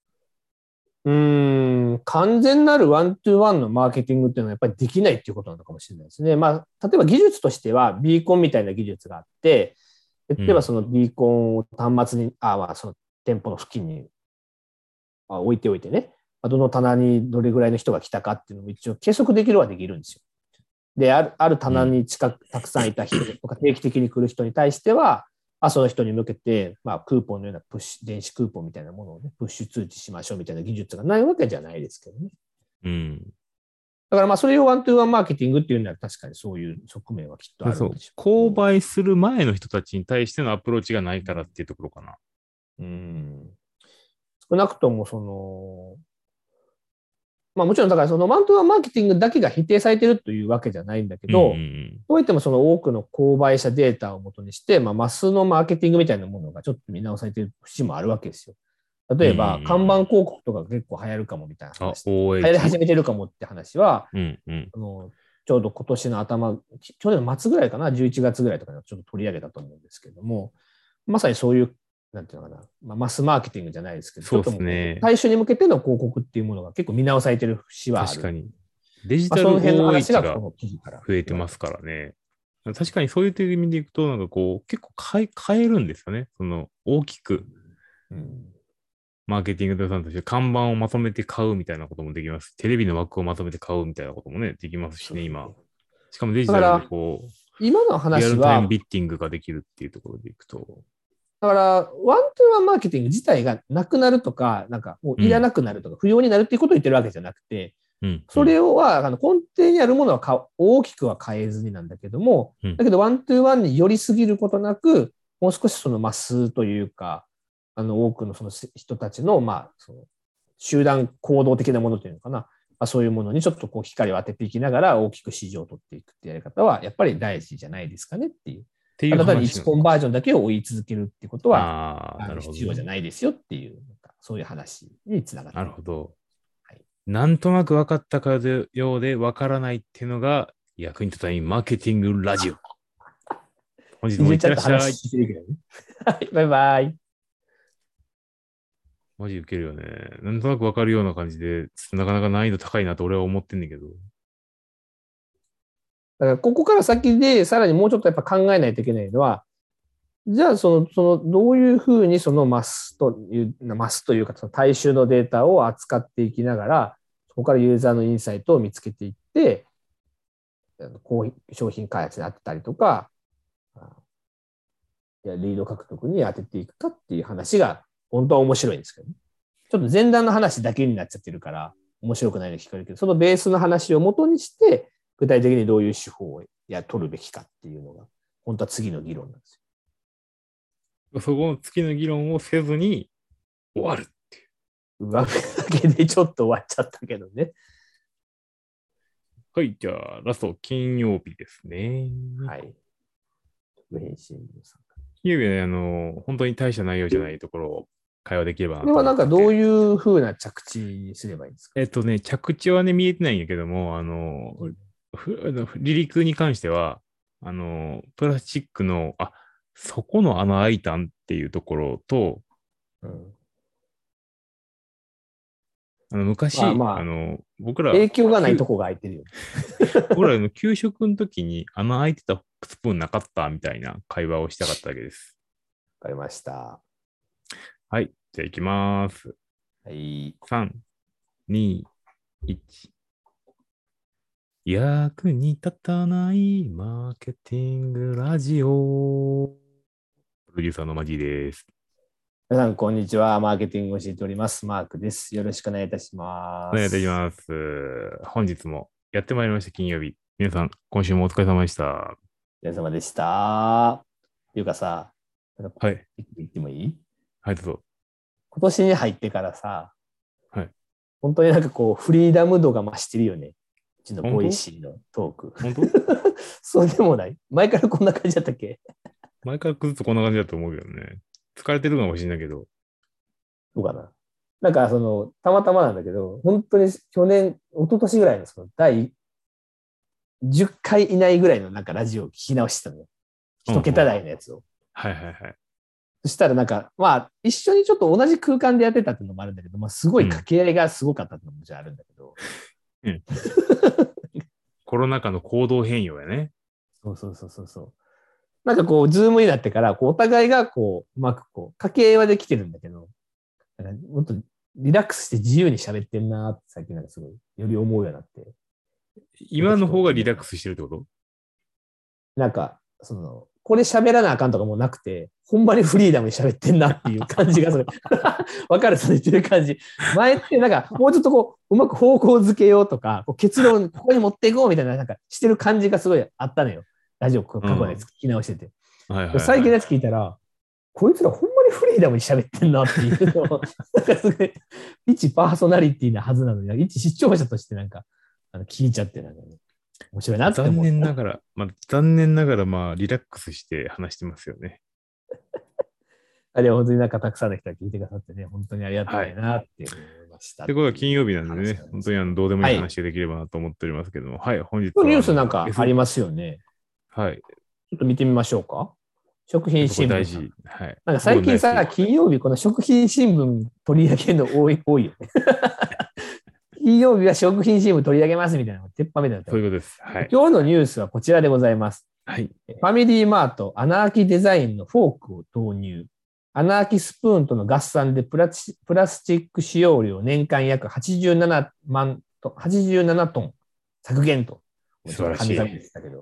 [SPEAKER 2] 完全なるワントゥーワンのマーケティングっていうのはやっぱりできないっていうことなのかもしれないですね。例えば技術としてはビーコンみたいな技術があって、例えばそのビーコンを端末に、その店舗の付近に置いておいてね、どの棚にどれぐらいの人が来たかっていうのも一応計測できるはできるんですよ。で、ある棚にたくさんいた人とか定期的に来る人に対しては、その人に向けて、クーポンのような電子クーポンみたいなものをね、プッシュ通知しましょうみたいな技術がないわけじゃないですけどね。だからそれをワントゥーワンマーケティングっていうのは確かにそういう側面はきっとあるんでしょう。
[SPEAKER 1] 購買する前の人たちに対してのアプローチがないからっていうところかな。
[SPEAKER 2] 少なくとももちろんだからそのワントゥーワンマーケティングだけが否定されてるというわけじゃないんだけど、 とはいってもその多くの購買者データを元にして、マスのマーケティングみたいなものがちょっと見直されている節もあるわけですよ。例えば、看板広告とか結構流行るかもみたいな話。流行り始めてるかもって話は、ちょうど今年の頭、去年の末ぐらいかな、11月ぐらいとかにちょっと取り上げたと思うんですけども、まさにそういう、なんていうのかな、マスマーケティングじゃないですけど、
[SPEAKER 1] そうですね。
[SPEAKER 2] 大衆に向けての広告っていうものが結構見直されてる節はある。
[SPEAKER 1] 確かに。デジタル OH が増えてますからね。確かにそういう意味でいくと、なんかこう、結構変えるんですよね。その、大きく。マーケティング予算として看板をまとめて買うみたいなこともできます。テレビの枠をまとめて買うみたいなこともね、できますしね、今。しかもデジタルでこう、
[SPEAKER 2] 今の話は、
[SPEAKER 1] リアルタイムビッティングができるっていうところでいくと。
[SPEAKER 2] だから、ワントゥーワンマーケティング自体がなくなるとか、なんかもういらなくなるとか、不要になるっていうことを言ってるわけじゃなくて、それは根底にあるものは大きくは変えずになんだけども、だけどワントゥーワンに寄りすぎることなく、もう少しそのマスというか、多くのその人たちの、その集団行動的なものというのかな、そういうものにちょっとこう光を当てていきながら大きく市場を取っていくっていうやり方は、やっぱり大事じゃないですかねっていう。ただ単に1コンバージョンだけを追い続けるっていうことは、必要じゃないですよっていう、そういう話につながっている。
[SPEAKER 1] なるほど。なんとなく分かったかのようで分からないっていうのが役に立たないマーケティングラジオ。本日もいってらっしゃい。
[SPEAKER 2] はい、バイバイ。
[SPEAKER 1] マジウケるよね。なんとなく分かるような感じで、なかなか難易度高いなと俺は思ってんだけど。
[SPEAKER 2] だからここから先でさらにもうちょっとやっぱ考えないといけないのは、じゃあそのどういうふうにそのマスというかその大衆のデータを扱っていきながら、そこからユーザーのインサイトを見つけていって、商品開発に当てたりとか、リード獲得に当てていくかっていう話が本当は面白いんですけどね。ちょっと前段の話だけになっちゃってるから面白くないの聞こえるけど、そのベースの話を元にして、具体的にどういう手法を取るべきかっていうのが、本当は次の議論なんです
[SPEAKER 1] よ。そこの次の議論をせずに終わるっていう。
[SPEAKER 2] 上辺だけでちょっと終わっちゃったけどね。
[SPEAKER 1] はい、じゃあラスト、金曜日ですね。
[SPEAKER 2] はい。金
[SPEAKER 1] 曜日はね、本当に大した内容じゃないところを会話できればなと。
[SPEAKER 2] これはなんかどういうふうな着地にすればいいんですか？
[SPEAKER 1] 着地はね、見えてないんやけども、離陸に関しては、プラスチックの、そこの穴開いたんっていうところと、昔、僕ら、
[SPEAKER 2] 影響がないとこが開いてるよ。
[SPEAKER 1] 僕ら給食の時に穴開いてたスプーンなかったみたいな会話をしたかったわけです。
[SPEAKER 2] わかりました。
[SPEAKER 1] はい、じゃあ行きます。
[SPEAKER 2] はい。
[SPEAKER 1] 3、2、1。役に立たないマーケティングラジオ。プロデューサーのマジーです。
[SPEAKER 2] 皆さん、こんにちは。マーケティングを教えております。マークです。よろしくお願いいたします。
[SPEAKER 1] お願いいたします。本日もやってまいりました、金曜日。皆さん、今週もお疲れ様でした。
[SPEAKER 2] お疲れ様でした。っていうかさ、
[SPEAKER 1] はい。
[SPEAKER 2] 言ってもいい？
[SPEAKER 1] はい、どうぞ。
[SPEAKER 2] 今年に入ってからさ、
[SPEAKER 1] はい。
[SPEAKER 2] 本当になんかこう、フリーダム度が増してるよね。うちのボイシーのトーク。
[SPEAKER 1] 本当？
[SPEAKER 2] そうでもない？前からこんな感じだったっけ？
[SPEAKER 1] 前からずっとこんな感じだと思うけどね。疲れてるかもしれないけど。
[SPEAKER 2] どうかな。なんかたまたまなんだけど、本当に去年、一昨年ぐらいの第10回以内ぐらいのなんかラジオを聞き直してたのよ。一桁台のやつを。
[SPEAKER 1] はいはいはい。
[SPEAKER 2] そしたらなんか、一緒にちょっと同じ空間でやってたっていうのもあるんだけど、すごい掛け合いがすごかったっていうのももちろんあるんだけど。
[SPEAKER 1] うん。コロナ禍の行動変容やね。
[SPEAKER 2] そう。なんかこう、ズームになってから、お互いがうまく掛け合いはできてるんだけど、もっとリラックスして自由に喋ってんなって最近なんかすごい、より思うようになって。
[SPEAKER 1] 今の方がリラックスしてるってこと？
[SPEAKER 2] なんか、これ喋らなあかんとかもなくて、ほんまにフリーダムに喋ってんなっていう感じがする。わかる？その言ってる感じ。前ってなんか、もうちょっとうまく方向づけようとか、結論ここに持っていこうみたいな、なんかしてる感じがすごいあったのよ。ラジオ過去のやつ聞き直してて。最近のやつ聞いたら、こいつらほんまにフリーダムに喋ってんなっていうのを、なんかすごい、一パーソナリティなはずなのに、一視聴者としてなんか、聞いちゃってなんかね。 面白いなって
[SPEAKER 1] 残
[SPEAKER 2] 思う。
[SPEAKER 1] 念ながら、残念ながら、リラックスして話してますよね。
[SPEAKER 2] あれは本当になんかたくさんの人が聞いてくださってね、本当にありがた
[SPEAKER 1] はい。
[SPEAKER 2] いなっていうふうに思いましたっ
[SPEAKER 1] で、これは
[SPEAKER 2] ていう
[SPEAKER 1] 金曜日なんでね、
[SPEAKER 2] 話なんで
[SPEAKER 1] 本
[SPEAKER 2] すけど。
[SPEAKER 1] 当にどうでもいい
[SPEAKER 2] はい。
[SPEAKER 1] 話ができればなと思っておりますけども、はい、本日
[SPEAKER 2] 今日ニュ
[SPEAKER 1] は
[SPEAKER 2] ースなんかありますよね。
[SPEAKER 1] はい。
[SPEAKER 2] ちょっと見てみましょうか。食
[SPEAKER 1] やっぱこれ
[SPEAKER 2] 品新聞さん。
[SPEAKER 1] 大事。はい。
[SPEAKER 2] なんか
[SPEAKER 1] 僕
[SPEAKER 2] 最近さ、
[SPEAKER 1] の大好き。
[SPEAKER 2] 金曜日この食品新聞取り上げるの多いよね。金曜日は食品新聞取り上げますみたいなのが鉄板みたいになってる。
[SPEAKER 1] そういうことです。はい。
[SPEAKER 2] 今日のニュースはこちらでございます。
[SPEAKER 1] はい。
[SPEAKER 2] ファミリーマート、アナーキデザインのフォークを投入。アナーキスプーンとの合算でプラスチック使用量年間約87万トン、87トン削減と。
[SPEAKER 1] 素晴らしい。
[SPEAKER 2] 神々でしたけど。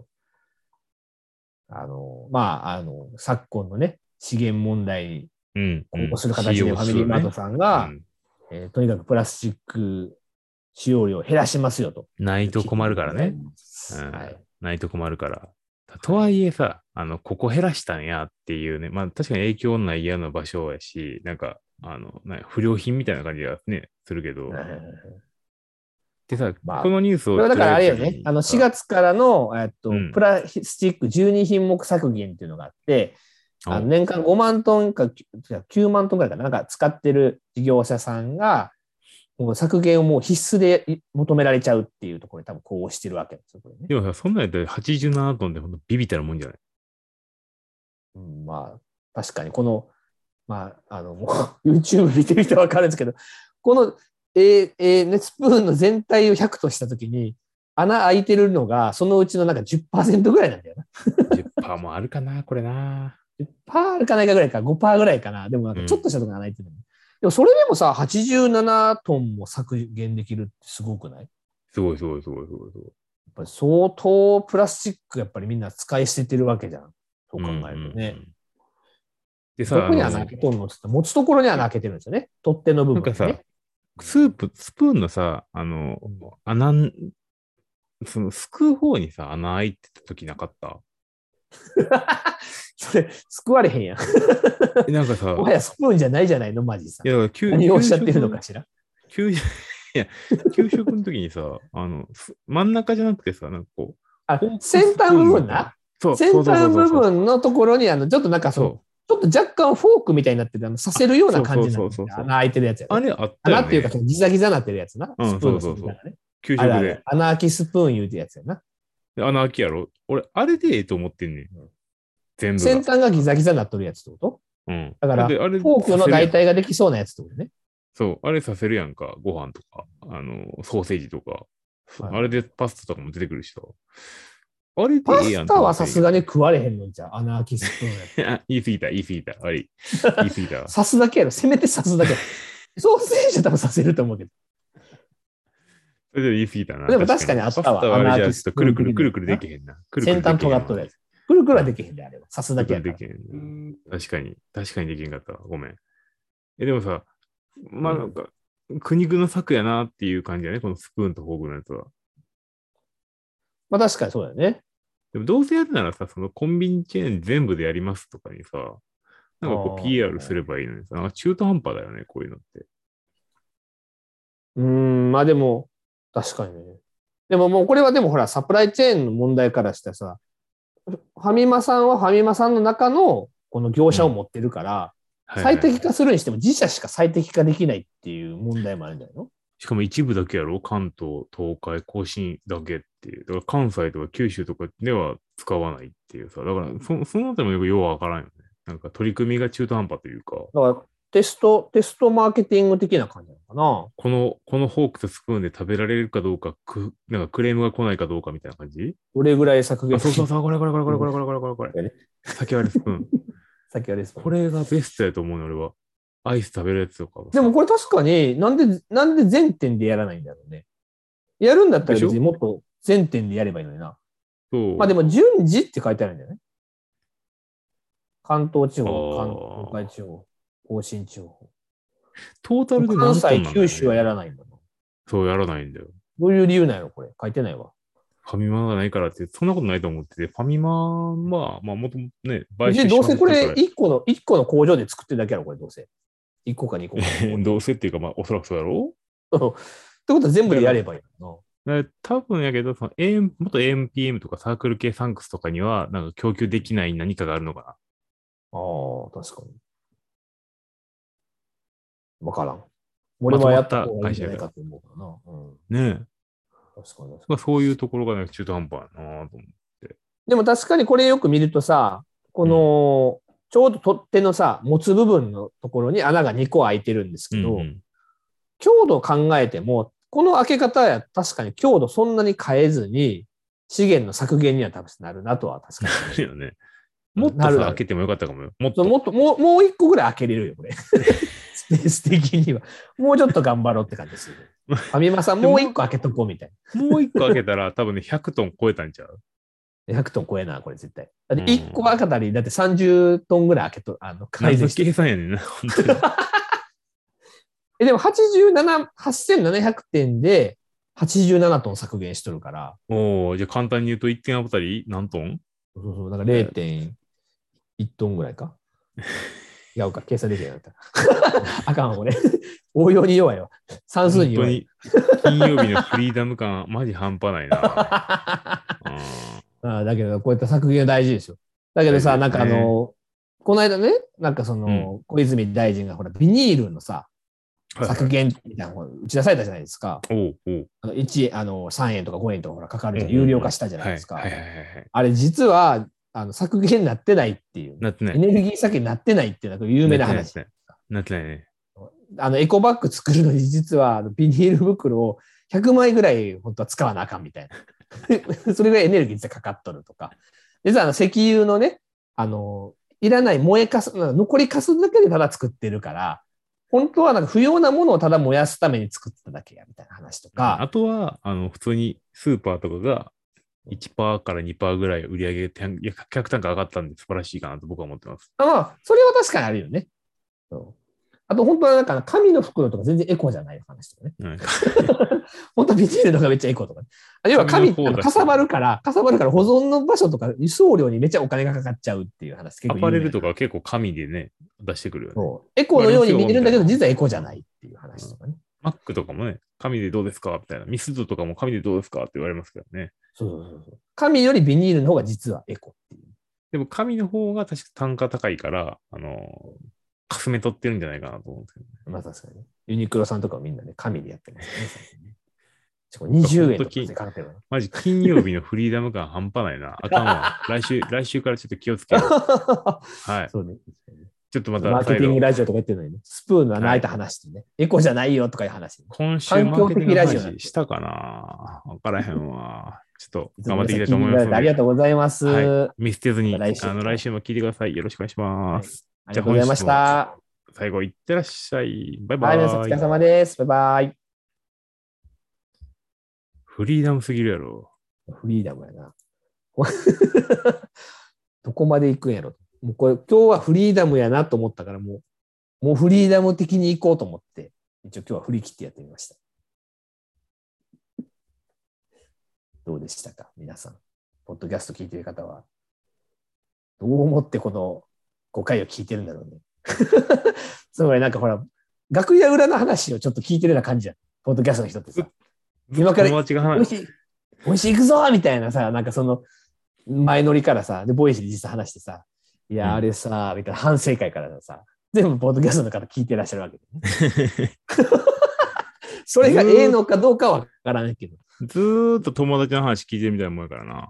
[SPEAKER 2] 昨今のね、資源問題に
[SPEAKER 1] うん。
[SPEAKER 2] こうする形でファミリーマートさんが、とにかくプラスチック使用量を減らしますよと。
[SPEAKER 1] ないと困るからね。
[SPEAKER 2] はい。
[SPEAKER 1] ないと困るから。とはいえさ、ここ減らしたんやっていうね、確かに影響ない嫌な場所やし、不良品みたいな感じがね、するけど。でさ、このニュースを
[SPEAKER 2] これはだからあれよね、
[SPEAKER 1] 取り上げた時に
[SPEAKER 2] 4月からの、プラスチック12品目削減っていうのがあって、年間5万トンか9万トンぐらいかな、なんか使ってる事業者さんが、もう削減をもう必須で求められちゃうっていうところで多分こうしてるわけですよ、これね。
[SPEAKER 1] でもさ、そんなんやったら87トンで本当ビビったらもんじゃない？
[SPEAKER 2] 確かにこの、もう YouTube 見てる人はわかるんですけど、この、スプーンの全体を100としたときに、穴開いてるのが、そのうちのなんか 10% ぐらいなんだよな。
[SPEAKER 1] 10% もあるかな、これな。
[SPEAKER 2] 10% あるかないかぐらいか、5% ぐらいかな。でもなんかちょっとしたところが開いてる、でもそれでもさ、87トンも削減できるってすごくない？
[SPEAKER 1] すごいすごいすごいすごい。
[SPEAKER 2] やっぱり相当プラスチックやっぱりみんな使い捨ててるわけじゃん。そう考えるとね。
[SPEAKER 1] でさ、
[SPEAKER 2] どこに穴開けとんのって持ち所に穴開けてるんですよね。取っ手の部分、ね。
[SPEAKER 1] なんかさ、スプーンのさ、穴、すくう方にさ、穴開いてた時なかった？
[SPEAKER 2] それ、救われへんやん。
[SPEAKER 1] なんかさ、
[SPEAKER 2] もはやスプーンじゃないじゃないの、マジさ。
[SPEAKER 1] いや、だから
[SPEAKER 2] 何をおっしゃってるのかしら。
[SPEAKER 1] いや、給食の時にさ、真ん中じゃなくてさ、なんかこう、
[SPEAKER 2] 先端部分な。先端部分のところに、ちょっとなんかちょっと若干フォークみたいになってて、させるような感じなんですよ。穴開いてるやつや、ね。
[SPEAKER 1] あれあったよね。
[SPEAKER 2] 穴っていうか、ギザギザなってるやつな。スプーンの先端がね。給食で。穴開きスプーン言うてやつやな。
[SPEAKER 1] 穴開きやろ？俺、あれでええと思ってんねん。全部
[SPEAKER 2] 先端がギザギザになっとるやつってこと？
[SPEAKER 1] うん。
[SPEAKER 2] だから、フォークの代替ができそうなやつってことね。
[SPEAKER 1] そう、あれさせるやんか。ご飯とか、ソーセージとか。あれでパスタとかも出てくるしさ。あれでええやん。
[SPEAKER 2] パスタはさすがに食われへんのじゃん。穴開きスプーンや
[SPEAKER 1] 言い過ぎた、言い過ぎた。悪い。言い過ぎた。
[SPEAKER 2] 刺すだけやろ。せめて刺すだけ。ソーセージは多分刺せると思うけど。
[SPEAKER 1] それで言い過ぎたな。
[SPEAKER 2] でも確かにあったわ。
[SPEAKER 1] パスタはあれじゃあちょっとくるくるできへんな。
[SPEAKER 2] 先端尖っとるやつ。くるくるはできへんで、あれは。刺すだけやから。
[SPEAKER 1] 確かにできへんかった。ごめん。でもさ、なんか、苦肉の策やなっていう感じだね。このスプーンとフォークのやつは。
[SPEAKER 2] 確かにそうだよね。
[SPEAKER 1] でもどうせやるならさ、そのコンビニチェーン全部でやりますとかにさ、なんかこう PR すればいいのにさ、なんか中途半端だよね、こういうのって。
[SPEAKER 2] でも、確かにね。でももうこれはでもほら、サプライチェーンの問題からしてさ、ファミマさんはファミマさんの中のこの業者を持ってるから、最適化するにしても自社しか最適化できないっていう問題もあるんじゃないの？
[SPEAKER 1] しかも一部だけやろ？関東、東海、甲信だけっていう。だから関西とか九州とかでは使わないっていうさ。だからそのあたりもよくわからんよね。なんか取り組みが中途半端というか。
[SPEAKER 2] だからテストマーケティング的な感じなのかな。
[SPEAKER 1] このフォークとスプーンで食べられるかどうか、なんかクレームが来ないかどうかみたいな感じ？
[SPEAKER 2] どれぐらい削減？
[SPEAKER 1] そう、これ。先割れスプーン。
[SPEAKER 2] 先割れスプーン。
[SPEAKER 1] これがベストやと思うの、俺は。アイス食べるやつとか。
[SPEAKER 2] でもこれ確かになんで全店でやらないんだろうね。やるんだったら別にもっと全店でやればいいのにな。
[SPEAKER 1] そう。
[SPEAKER 2] まあでも順次って書いてあるんだよね。関東地方、関東地方、甲信地方。
[SPEAKER 1] トータルで
[SPEAKER 2] 関西、九州はやらないんだな。
[SPEAKER 1] そう、やらないんだよ。
[SPEAKER 2] どういう理由なのこれ。書いてないわ。
[SPEAKER 1] ファミマがないからって、そんなことないと思ってて、ファミマは、もともとね、
[SPEAKER 2] 買収してどうせこれ1個の工場で作ってるだけやろ、これどうせ。1個か2個か。
[SPEAKER 1] どうせっていうか、おそらくそうやろ
[SPEAKER 2] ってことは全部でやればいいの
[SPEAKER 1] 多分やけど、その 元 AMPM とかサークル系サンクスとかには、なんか供給できない何かがあるのか
[SPEAKER 2] ああ、確かに。わからん。
[SPEAKER 1] な。ま
[SPEAKER 2] 俺
[SPEAKER 1] とまった
[SPEAKER 2] はやった方がいいん
[SPEAKER 1] 会社やから。
[SPEAKER 2] じゃないかと思うからな。うん。
[SPEAKER 1] ねえ。
[SPEAKER 2] 確かに確かに。
[SPEAKER 1] まあ、そういうところがね、中途半端やなと思って。
[SPEAKER 2] でも確かにこれよく見るとさ、こ
[SPEAKER 1] うん。
[SPEAKER 2] の、ちょうど取っ手のさ、持つ部分のところに穴が2個開いてるんです
[SPEAKER 1] うんう
[SPEAKER 2] けど、
[SPEAKER 1] ん。
[SPEAKER 2] 強度を考えても、この開け方や確かに強度そんなに変えずに、資源の削減には多分なるなとは確かに
[SPEAKER 1] あるよね。
[SPEAKER 2] 思う。
[SPEAKER 1] もっとさ、
[SPEAKER 2] なるなる。
[SPEAKER 1] 開けてもよかったかもよ。もっ
[SPEAKER 2] そう
[SPEAKER 1] と。
[SPEAKER 2] もう一個ぐらい開けれるよ、これ。スペース的には。もうちょっと頑張ろうって感じですよ。ファミマさん
[SPEAKER 1] でも、
[SPEAKER 2] もう一個開けとこうみたい
[SPEAKER 1] もう一個開けたら多分ね、100トン超えたんちゃう？
[SPEAKER 2] な。100トン超えな、これ絶対。だ
[SPEAKER 1] う
[SPEAKER 2] って1個あ
[SPEAKER 1] ん。
[SPEAKER 2] たり、だって30トンぐらい開けと、改
[SPEAKER 1] 何の
[SPEAKER 2] 善してる。
[SPEAKER 1] 計算やねんな、本当に。
[SPEAKER 2] でも87、8700点で87トン削減しとるから、
[SPEAKER 1] おー、じゃあ簡単に言うと1点あたり何トン？
[SPEAKER 2] そうそう、だから0.1トンぐらいか。違うか、計算できなかった。あかんわ、これ。応用に弱いわ。算数に弱い。
[SPEAKER 1] 本当に、金曜日のフリーダム感、マジ半端ないな。うん。
[SPEAKER 2] だけど、こういった削減は大事ですよ。だけどさ、
[SPEAKER 1] 大事ですね。
[SPEAKER 2] この間ね、なんか
[SPEAKER 1] うん。
[SPEAKER 2] 小泉大臣がほら、ビニールのさ、削
[SPEAKER 1] はいはい。
[SPEAKER 2] 減みたいなのを打ち出されたじゃないですか。
[SPEAKER 1] おうおう。
[SPEAKER 2] 3円とか5円とかほらかかるじゃん。
[SPEAKER 1] うんうん
[SPEAKER 2] 有料
[SPEAKER 1] うん。
[SPEAKER 2] 化したじゃない
[SPEAKER 1] はい。
[SPEAKER 2] ですか。
[SPEAKER 1] はいはいはいはい。
[SPEAKER 2] あれ実は、削減になってないっていうね。
[SPEAKER 1] なってない。
[SPEAKER 2] エネルギー削減になってないっていうのが有
[SPEAKER 1] なっ
[SPEAKER 2] 名な話。
[SPEAKER 1] てないですね。なってないね。
[SPEAKER 2] エコバッグ作るのに実はビニール袋を100枚ぐらい本当は使わなあかんみたいな。それぐらいエネルギー実はかかっとるとか。実は石油のね、いらない燃えかす、残りかすだけでただ作ってるから、本当はなんか不要なものをただ燃やすために作っただけやみたいな話とか。
[SPEAKER 1] あとは、普通にスーパーとかが1%から2%ぐらい売り上げ客単価上がったんで素晴らしいかなと僕は思ってます。
[SPEAKER 2] それは確かにあるよね。あと本当はなんか紙の袋とか全然エコじゃない話とかね。
[SPEAKER 1] うん、
[SPEAKER 2] 本当はビニールのがめっちゃエコとか、ね。要は
[SPEAKER 1] 紙の
[SPEAKER 2] 紙って
[SPEAKER 1] 方だし、
[SPEAKER 2] かさばるから、保存の場所とか輸送量にめっちゃお金がかかっちゃうっていう話結
[SPEAKER 1] アパレルと
[SPEAKER 2] 構有名な。
[SPEAKER 1] か結構紙でね、出してくるよね。
[SPEAKER 2] そうエコのように
[SPEAKER 1] 割れますよ、みたいな。
[SPEAKER 2] 見えるんだけど、実はエコじゃないっていう話とかね。
[SPEAKER 1] マックとかもね、紙でどうですかみたいな。ミスドとかも紙でどうですかって言われますけどね。
[SPEAKER 2] そう。紙よりビニールの方が実はエコっていう。
[SPEAKER 1] でも紙の方が確か単価高いから、かすめ取ってるんじゃないかなと思うんですけどね。
[SPEAKER 2] まあ確かにね。ユニクロさんとかはみんなね、紙でやってますよね、最近ね。20円とかでかかってるの。
[SPEAKER 1] マジ金曜日のフリーダム感半端ないな。あかんわ。来週からちょっと気をつけよう。はい。
[SPEAKER 2] そうね。
[SPEAKER 1] ちょっとま
[SPEAKER 2] マーケ
[SPEAKER 1] た再度、
[SPEAKER 2] ティングラジオとか言ってるのにね、スプーンの穴開い
[SPEAKER 1] はい。
[SPEAKER 2] た話とね、エコじゃないよとかいう話、ね。
[SPEAKER 1] 今週
[SPEAKER 2] 環境
[SPEAKER 1] マーケティングの
[SPEAKER 2] 的ラジオなんで。
[SPEAKER 1] 話したかな？わからへんわ。ちょっと
[SPEAKER 2] いつも皆さん聞
[SPEAKER 1] 頑張っていきたいと
[SPEAKER 2] いていただいてあり
[SPEAKER 1] 思いますので、
[SPEAKER 2] がとうございま
[SPEAKER 1] はい。
[SPEAKER 2] す。
[SPEAKER 1] 見捨てず
[SPEAKER 2] また
[SPEAKER 1] に、
[SPEAKER 2] 来週。
[SPEAKER 1] 来週も聞いてください。よろしくお願いしま
[SPEAKER 2] はい。
[SPEAKER 1] す。
[SPEAKER 2] あり
[SPEAKER 1] じゃあ
[SPEAKER 2] がとうございまし
[SPEAKER 1] 本日も
[SPEAKER 2] た。
[SPEAKER 1] 最後いってらっしゃい。バイ
[SPEAKER 2] はい、皆さんお
[SPEAKER 1] バーイ。
[SPEAKER 2] 疲れ様です。バイバイ。
[SPEAKER 1] フリーダムすぎるやろ。
[SPEAKER 2] フリーダムやな。どこまで行くんやろ。もうこれ、今日はフリーダムやなと思ったから、もうフリーダム的に行こうと思って、一応今日は振り切ってやってみました。どうでしたか皆さん。ポッドキャスト聞いてる方は。どう思ってこの5回を聞いてるんだろうね。つまりなんかほら、楽屋裏の話をちょっと聞いてるような感じじゃん。ポッドキャストの人ってさ。
[SPEAKER 1] ずっと
[SPEAKER 2] 今から
[SPEAKER 1] 友達が話、
[SPEAKER 2] 美味しい、美味しい行くぞみたいなさ、なんかその前乗りからさ、で、ボイスで実際話してさ、いや、あれさ、みたいな反省会からさ、全部ポッドキャストの方聞いてらっしゃるわけでね。それがええのかどうかはわからないけど。
[SPEAKER 1] ずーっと友達の話聞いてるみたいなもんやからな。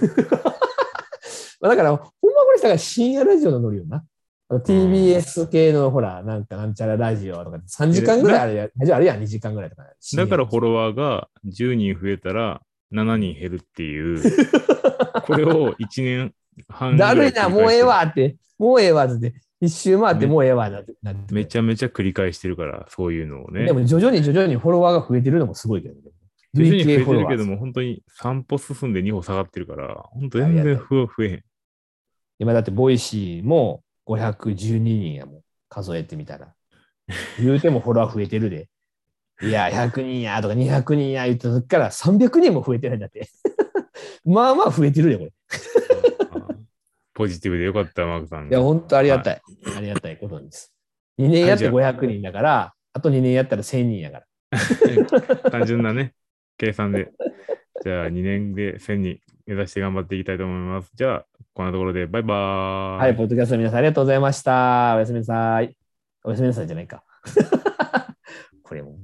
[SPEAKER 2] だから、ほんまこれさ、深夜ラジオのノリよな。TBS 系のほら、なんかなんちゃらラジオとか3時間ぐらいあれや、ラジオあれやん、2時間ぐらいとか。
[SPEAKER 1] だからフォロワーが10人増えたら7人減るっていう、これを1年半ぐらい
[SPEAKER 2] だるいな、もうええわって、もうええわって、一周回ってもうええわなって。
[SPEAKER 1] めちゃめちゃ繰り返してるから、そういうのをね。
[SPEAKER 2] でも徐々にフォロワーが増えてるのもすごいけどね。
[SPEAKER 1] 徐々に増え
[SPEAKER 2] 累計フォロワー数。
[SPEAKER 1] てるけども、本当に3歩進んで2歩下がってるから、本当
[SPEAKER 2] ありがたい。
[SPEAKER 1] 全然増えへん。
[SPEAKER 2] 今だってボイシーも512人やもん。数えてみたら。言うてもフォロワー増えてるで。いや、100人やとか200人や言った時から300人も増えてるんだって。まあまあ増えてるで、これ。
[SPEAKER 1] ポジティブでよかった、マークさん
[SPEAKER 2] いや、
[SPEAKER 1] が。
[SPEAKER 2] 本当ありが
[SPEAKER 1] は
[SPEAKER 2] たい。ありがたいことです。2年やって500人だから、あと2年やったら1000人やから。
[SPEAKER 1] い、単純なね、 計算で。じゃあ2年で1000人目指して頑張っていきたいと思います。じゃあ、こんなところでバイバ
[SPEAKER 2] はい、
[SPEAKER 1] ーイ。
[SPEAKER 2] ポッドキャストの皆さんありがとうございました。おやすみなさい。おやすみなさいじゃないか。これも